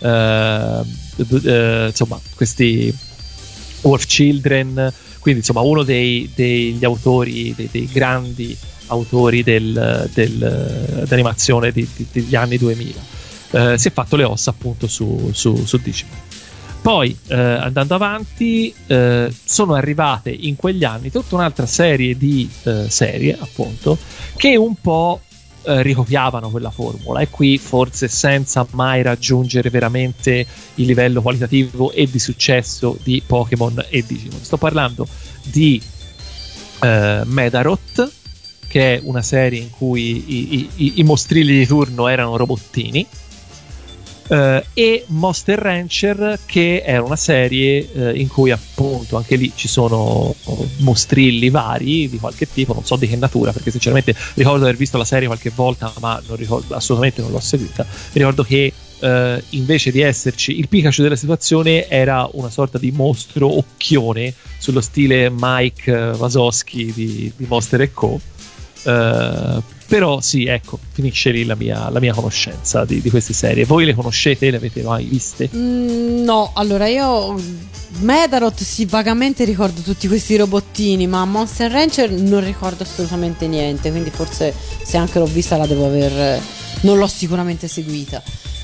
eh, insomma, questi Wolf Children. Quindi, insomma, uno dei, degli autori, dei, dei grandi autori del, del, d'animazione di, di, degli anni duemila. Eh, si è fatto le ossa appunto su, su, su Digimon. Poi eh, andando avanti eh, sono arrivate in quegli anni tutta un'altra serie di eh, serie appunto che un po' eh, ricopiavano quella formula, e qui forse senza mai raggiungere veramente il livello qualitativo e di successo di Pokémon e Digimon. Sto parlando di eh, Medaroth, che è una serie in cui i, i, i mostrilli di turno erano robottini, eh, e Monster Rancher, che era una serie eh, in cui appunto anche lì ci sono mostrilli vari di qualche tipo, non so di che natura, perché sinceramente ricordo di aver visto la serie qualche volta, ma non ricordo, assolutamente non l'ho seguita. Mi ricordo che eh, invece di esserci il Pikachu della situazione era una sorta di mostro occhione sullo stile Mike Wazowski di, di Monster and Co. Uh, però sì, ecco, finisce lì la mia, la mia conoscenza di, di queste serie. Voi le conoscete? Le avete mai viste? Mm, no, allora io Medarot sì, vagamente ricordo tutti questi robottini, ma Monster Rancher non ricordo assolutamente niente, quindi forse se anche l'ho vista la devo aver, non l'ho sicuramente seguita.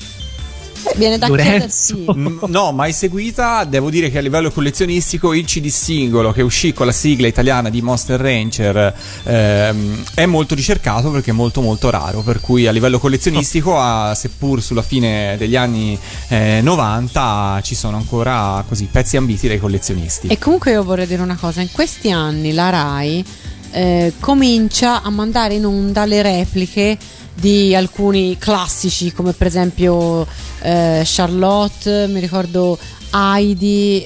Eh, viene da Lorenzo. chiedersi. Mm, No, mai seguita. Devo dire che a livello collezionistico il C D singolo che uscì con la sigla italiana di Monster Rancher ehm, è molto ricercato perché è molto molto raro, per cui a livello collezionistico, a- seppur sulla fine degli anni eh, novanta, ci sono ancora così pezzi ambiti dai collezionisti. E comunque io vorrei dire una cosa, in questi anni la Rai eh, comincia a mandare in onda le repliche di alcuni classici, come per esempio eh, Charlotte, mi ricordo Heidi,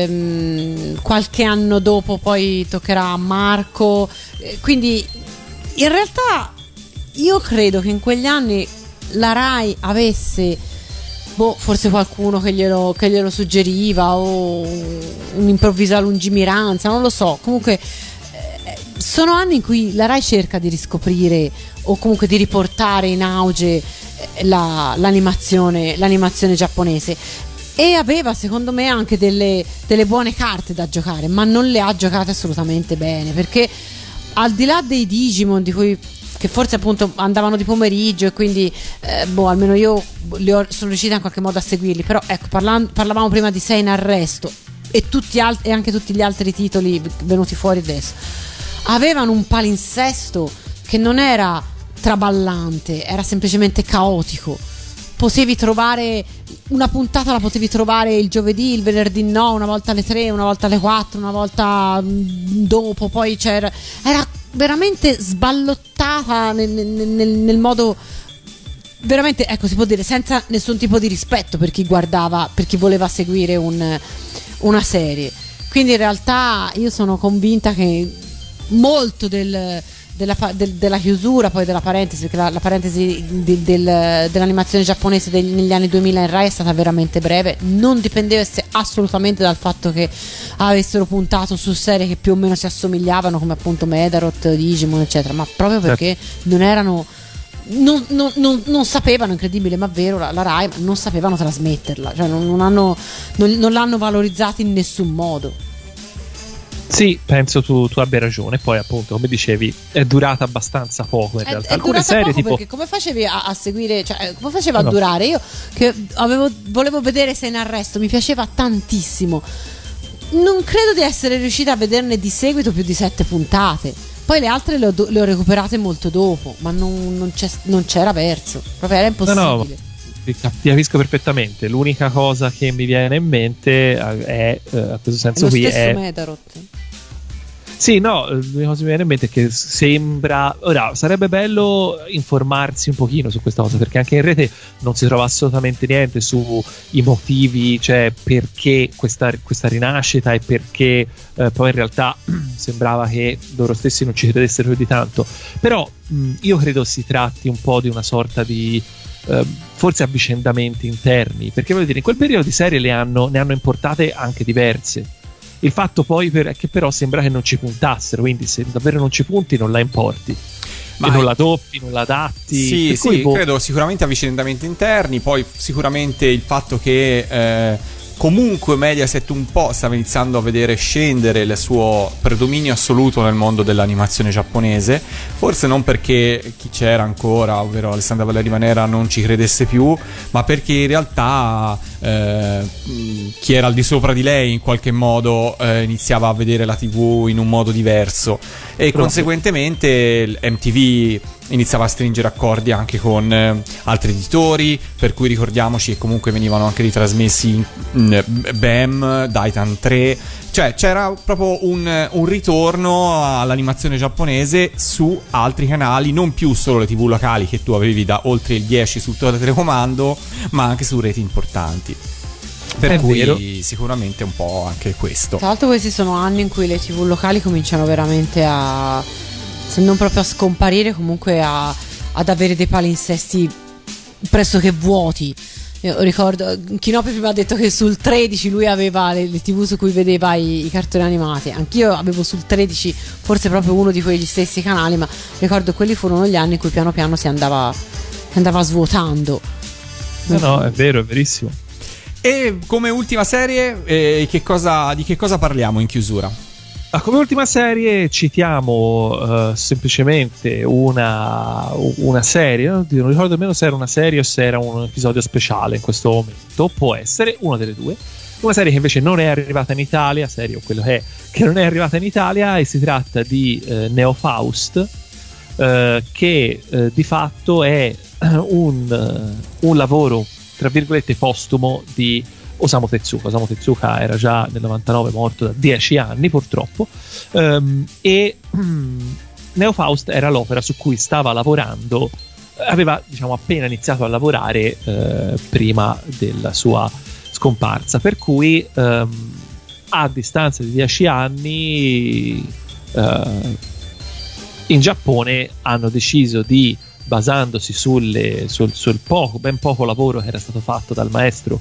ehm, qualche anno dopo poi toccherà a Marco, eh, quindi in realtà io credo che in quegli anni la Rai avesse, boh, forse qualcuno che glielo, che glielo suggeriva, o un'improvvisa lungimiranza, non lo so, comunque eh, sono anni in cui la Rai cerca di riscoprire o comunque di riportare in auge eh, la- l'animazione, l'animazione giapponese, e aveva secondo me anche delle, delle buone carte da giocare, ma non le ha giocate assolutamente bene, perché al di là dei Digimon di cui, che forse appunto andavano di pomeriggio e quindi eh, boh, almeno io li ho- sono riuscita in qualche modo a seguirli, però ecco, parlan- parlavamo prima di Sei in arresto e, tutti al- e anche tutti gli altri titoli venuti fuori adesso avevano un palinsesto che non era traballante, era semplicemente caotico. Potevi trovare una puntata, la potevi trovare il giovedì, il venerdì no, una volta alle tre, una volta alle quattro, una volta mm, dopo, poi c'era, era veramente sballottata nel, nel- nel- nel modo veramente, ecco, si può dire senza nessun tipo di rispetto per chi guardava, per chi voleva seguire un- una serie. Quindi in realtà io sono convinta che molto del della, pa- del- della chiusura, poi della parentesi, perché la, la parentesi di- del- dell'animazione giapponese degli- negli anni duemila in Rai è stata veramente breve, non dipendesse assolutamente dal fatto che avessero puntato su serie che più o meno si assomigliavano, come appunto Medarot, Digimon eccetera, ma proprio perché non erano non, non- non- non sapevano, incredibile ma vero, la, la Rai non sapevano trasmetterla, cioè non, non hanno, non, non l'hanno valorizzata in nessun modo. Sì, penso tu, tu abbia ragione. Poi, appunto, come dicevi, è durata abbastanza poco in È, realtà. è Alcune durata serie, poco, tipo. perché come facevi a, a seguire, cioè come faceva No. a durare? Io che avevo, volevo vedere Sei in arresto, mi piaceva tantissimo, non credo di essere riuscita a vederne di seguito più di sette puntate, poi le altre le ho, do- le ho recuperate molto dopo, ma non, non c'è- non c'era verso, proprio era impossibile. No, no, ti ti capisco perfettamente. L'unica cosa che mi viene in mente eh, è, eh, a questo È senso lo qui, stesso è. Medarot. Sì, no, l'unica cosa che mi viene in mente è che sembra. Ora, sarebbe bello informarsi un pochino su questa cosa, perché anche in rete non si trova assolutamente niente sui motivi, cioè perché questa, questa rinascita e perché eh, poi in realtà sembrava che loro stessi non ci credessero più di tanto. Però mh, io credo si tratti un po' di una sorta di eh, forse avvicendamenti interni, perché voglio dire, in quel periodo di serie le hanno, ne hanno importate anche diverse. Il fatto poi per- è che però sembra che non ci puntassero, quindi se davvero non ci punti non la importi. Ma e non è- la doppi, non la adatti. Sì, per sì, cui, boh, credo sicuramente avvicinamenti interni, poi sicuramente il fatto che eh, comunque Mediaset un po' stava iniziando a vedere scendere il suo predominio assoluto nel mondo dell'animazione giapponese, forse non perché chi c'era ancora, ovvero Alessandra Valeri Manera, non ci credesse più, ma perché in realtà eh, mh, chi era al di sopra di lei in qualche modo eh, iniziava a vedere la tivù in un modo diverso e Proprio. conseguentemente il M T V iniziava a stringere accordi anche con eh, altri editori, per cui ricordiamoci che comunque venivano anche ritrasmessi mm, B E M, Daitan tre, cioè c'era proprio un, un ritorno all'animazione giapponese su altri canali, non più solo le tivù locali che tu avevi da oltre il dieci sul tuo telecomando, ma anche su reti importanti. Per È cui vero. sicuramente un po' anche questo. Tra l'altro questi sono anni in cui le tivù locali cominciano veramente a, se non proprio a scomparire, comunque a, ad avere dei palinsesti pressoché vuoti. Io ricordo, Chinoppi prima ha detto che sul tredici lui aveva le, le tivù su cui vedeva i, i cartoni animati. Anch'io avevo sul tredici forse proprio uno di quegli stessi canali, ma ricordo quelli furono gli anni in cui piano piano si andava, si andava svuotando. No, no, è vero, è verissimo. E come ultima serie, eh, che cosa, di che cosa parliamo in chiusura? Ah, come ultima serie citiamo uh, semplicemente una, una serie, non ricordo nemmeno se era una serie o se era un episodio speciale in questo momento, può essere una delle due. Una serie che invece non è arrivata in Italia, serie o quello che è, che non è arrivata in Italia, e si tratta di uh, Neo Faust, uh, che uh, di fatto è un, uh, un lavoro, tra virgolette, postumo di Osamu Tezuka. Osamu Tezuka era già nel novantanove morto da dieci anni purtroppo, um, e um, Neo Faust era l'opera su cui stava lavorando, aveva diciamo appena iniziato a lavorare uh, prima della sua scomparsa, per cui um, a distanza di dieci anni uh, in Giappone hanno deciso di, basandosi sulle, sul, sul poco, ben poco lavoro che era stato fatto dal maestro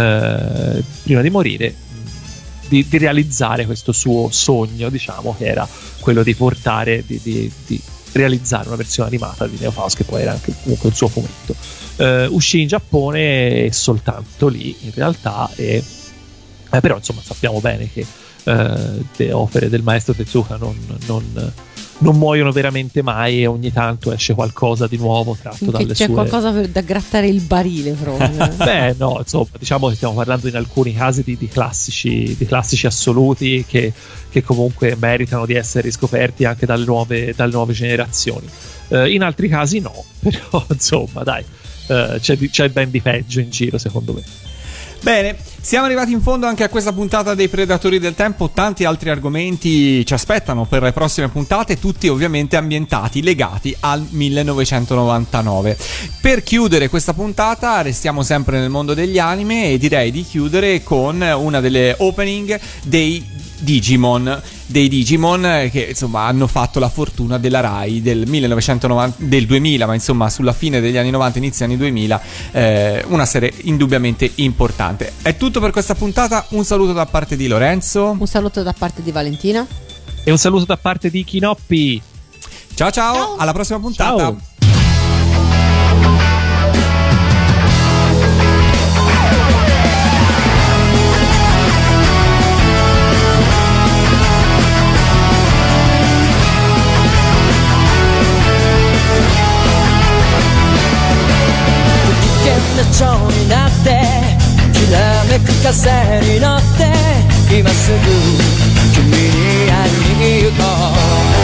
eh, prima di morire, di, di realizzare questo suo sogno, diciamo, che era quello di portare, di, di, di realizzare una versione animata di Neo Faust, che poi era anche comunque un suo fumetto. Eh, uscì in Giappone e soltanto lì, in realtà, e, eh, però insomma sappiamo bene che eh, le opere del maestro Tezuka non... non non muoiono veramente mai, e ogni tanto esce qualcosa di nuovo tratto Finché dalle c'è sue... qualcosa per, da grattare il barile proprio. Beh no, insomma, diciamo che stiamo parlando in alcuni casi di, di classici di classici assoluti che, che comunque meritano di essere riscoperti anche dalle nuove, dalle nuove generazioni. Eh, in altri casi no, però insomma dai, eh, c'è, c'è ben di peggio in giro, secondo me. Bene, siamo arrivati in fondo anche a questa puntata dei Predatori del Tempo. Tanti altri argomenti ci aspettano per le prossime puntate, tutti ovviamente ambientati, legati al millenovecentonovantanove. Per chiudere questa puntata restiamo sempre nel mondo degli anime, e direi di chiudere con una delle opening dei Digimon, dei Digimon che insomma hanno fatto la fortuna della Rai del millenovecentonovanta, del duemila, ma insomma sulla fine degli anni novanta, inizio anni duemila, eh, una serie indubbiamente importante. È tutto per questa puntata, un saluto da parte di Lorenzo, Un saluto da parte di Valentina e un saluto da parte di Chinoppi. Ciao ciao, ciao. Alla prossima puntata. Ciao. 蝶になってきらめく風に乗って今すぐ君に会いに行こう。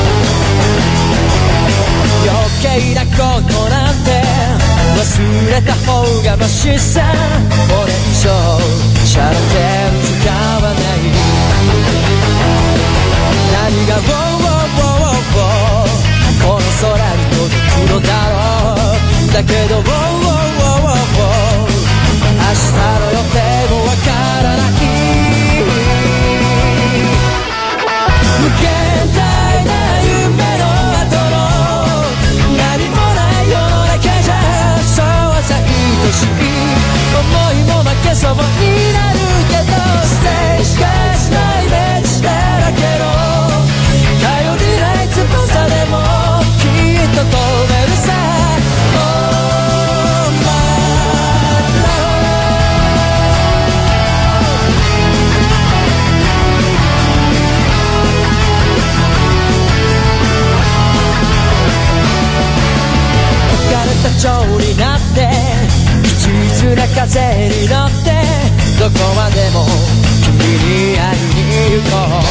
余計なことなんて忘れた方がマシさ、これ以上しゃれてる時間はない。何がウォーウォーウォーウォーこの空に届くのだろう。だけどウォーウォーウォーウォー明日の予定もわからない。無限大な夢の後の何もない世の中じゃそうはさ愛しい思いも負けそうになるけどステージがしないイメージだらけの頼りない翼でもきっと飛べるさ。蝶になって一途な風に乗ってどこまでも君に会いに行こう。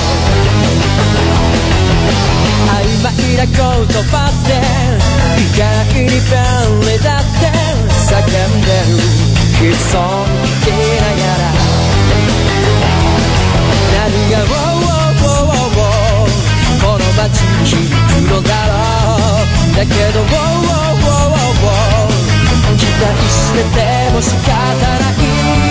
曖昧な言葉って意外に便利だって叫んでる悲壮聞きながら何がウォーウォーウォーウォーこの街に響くのだろう。だけどウォーウォーウォーウォー期待してても仕方ない。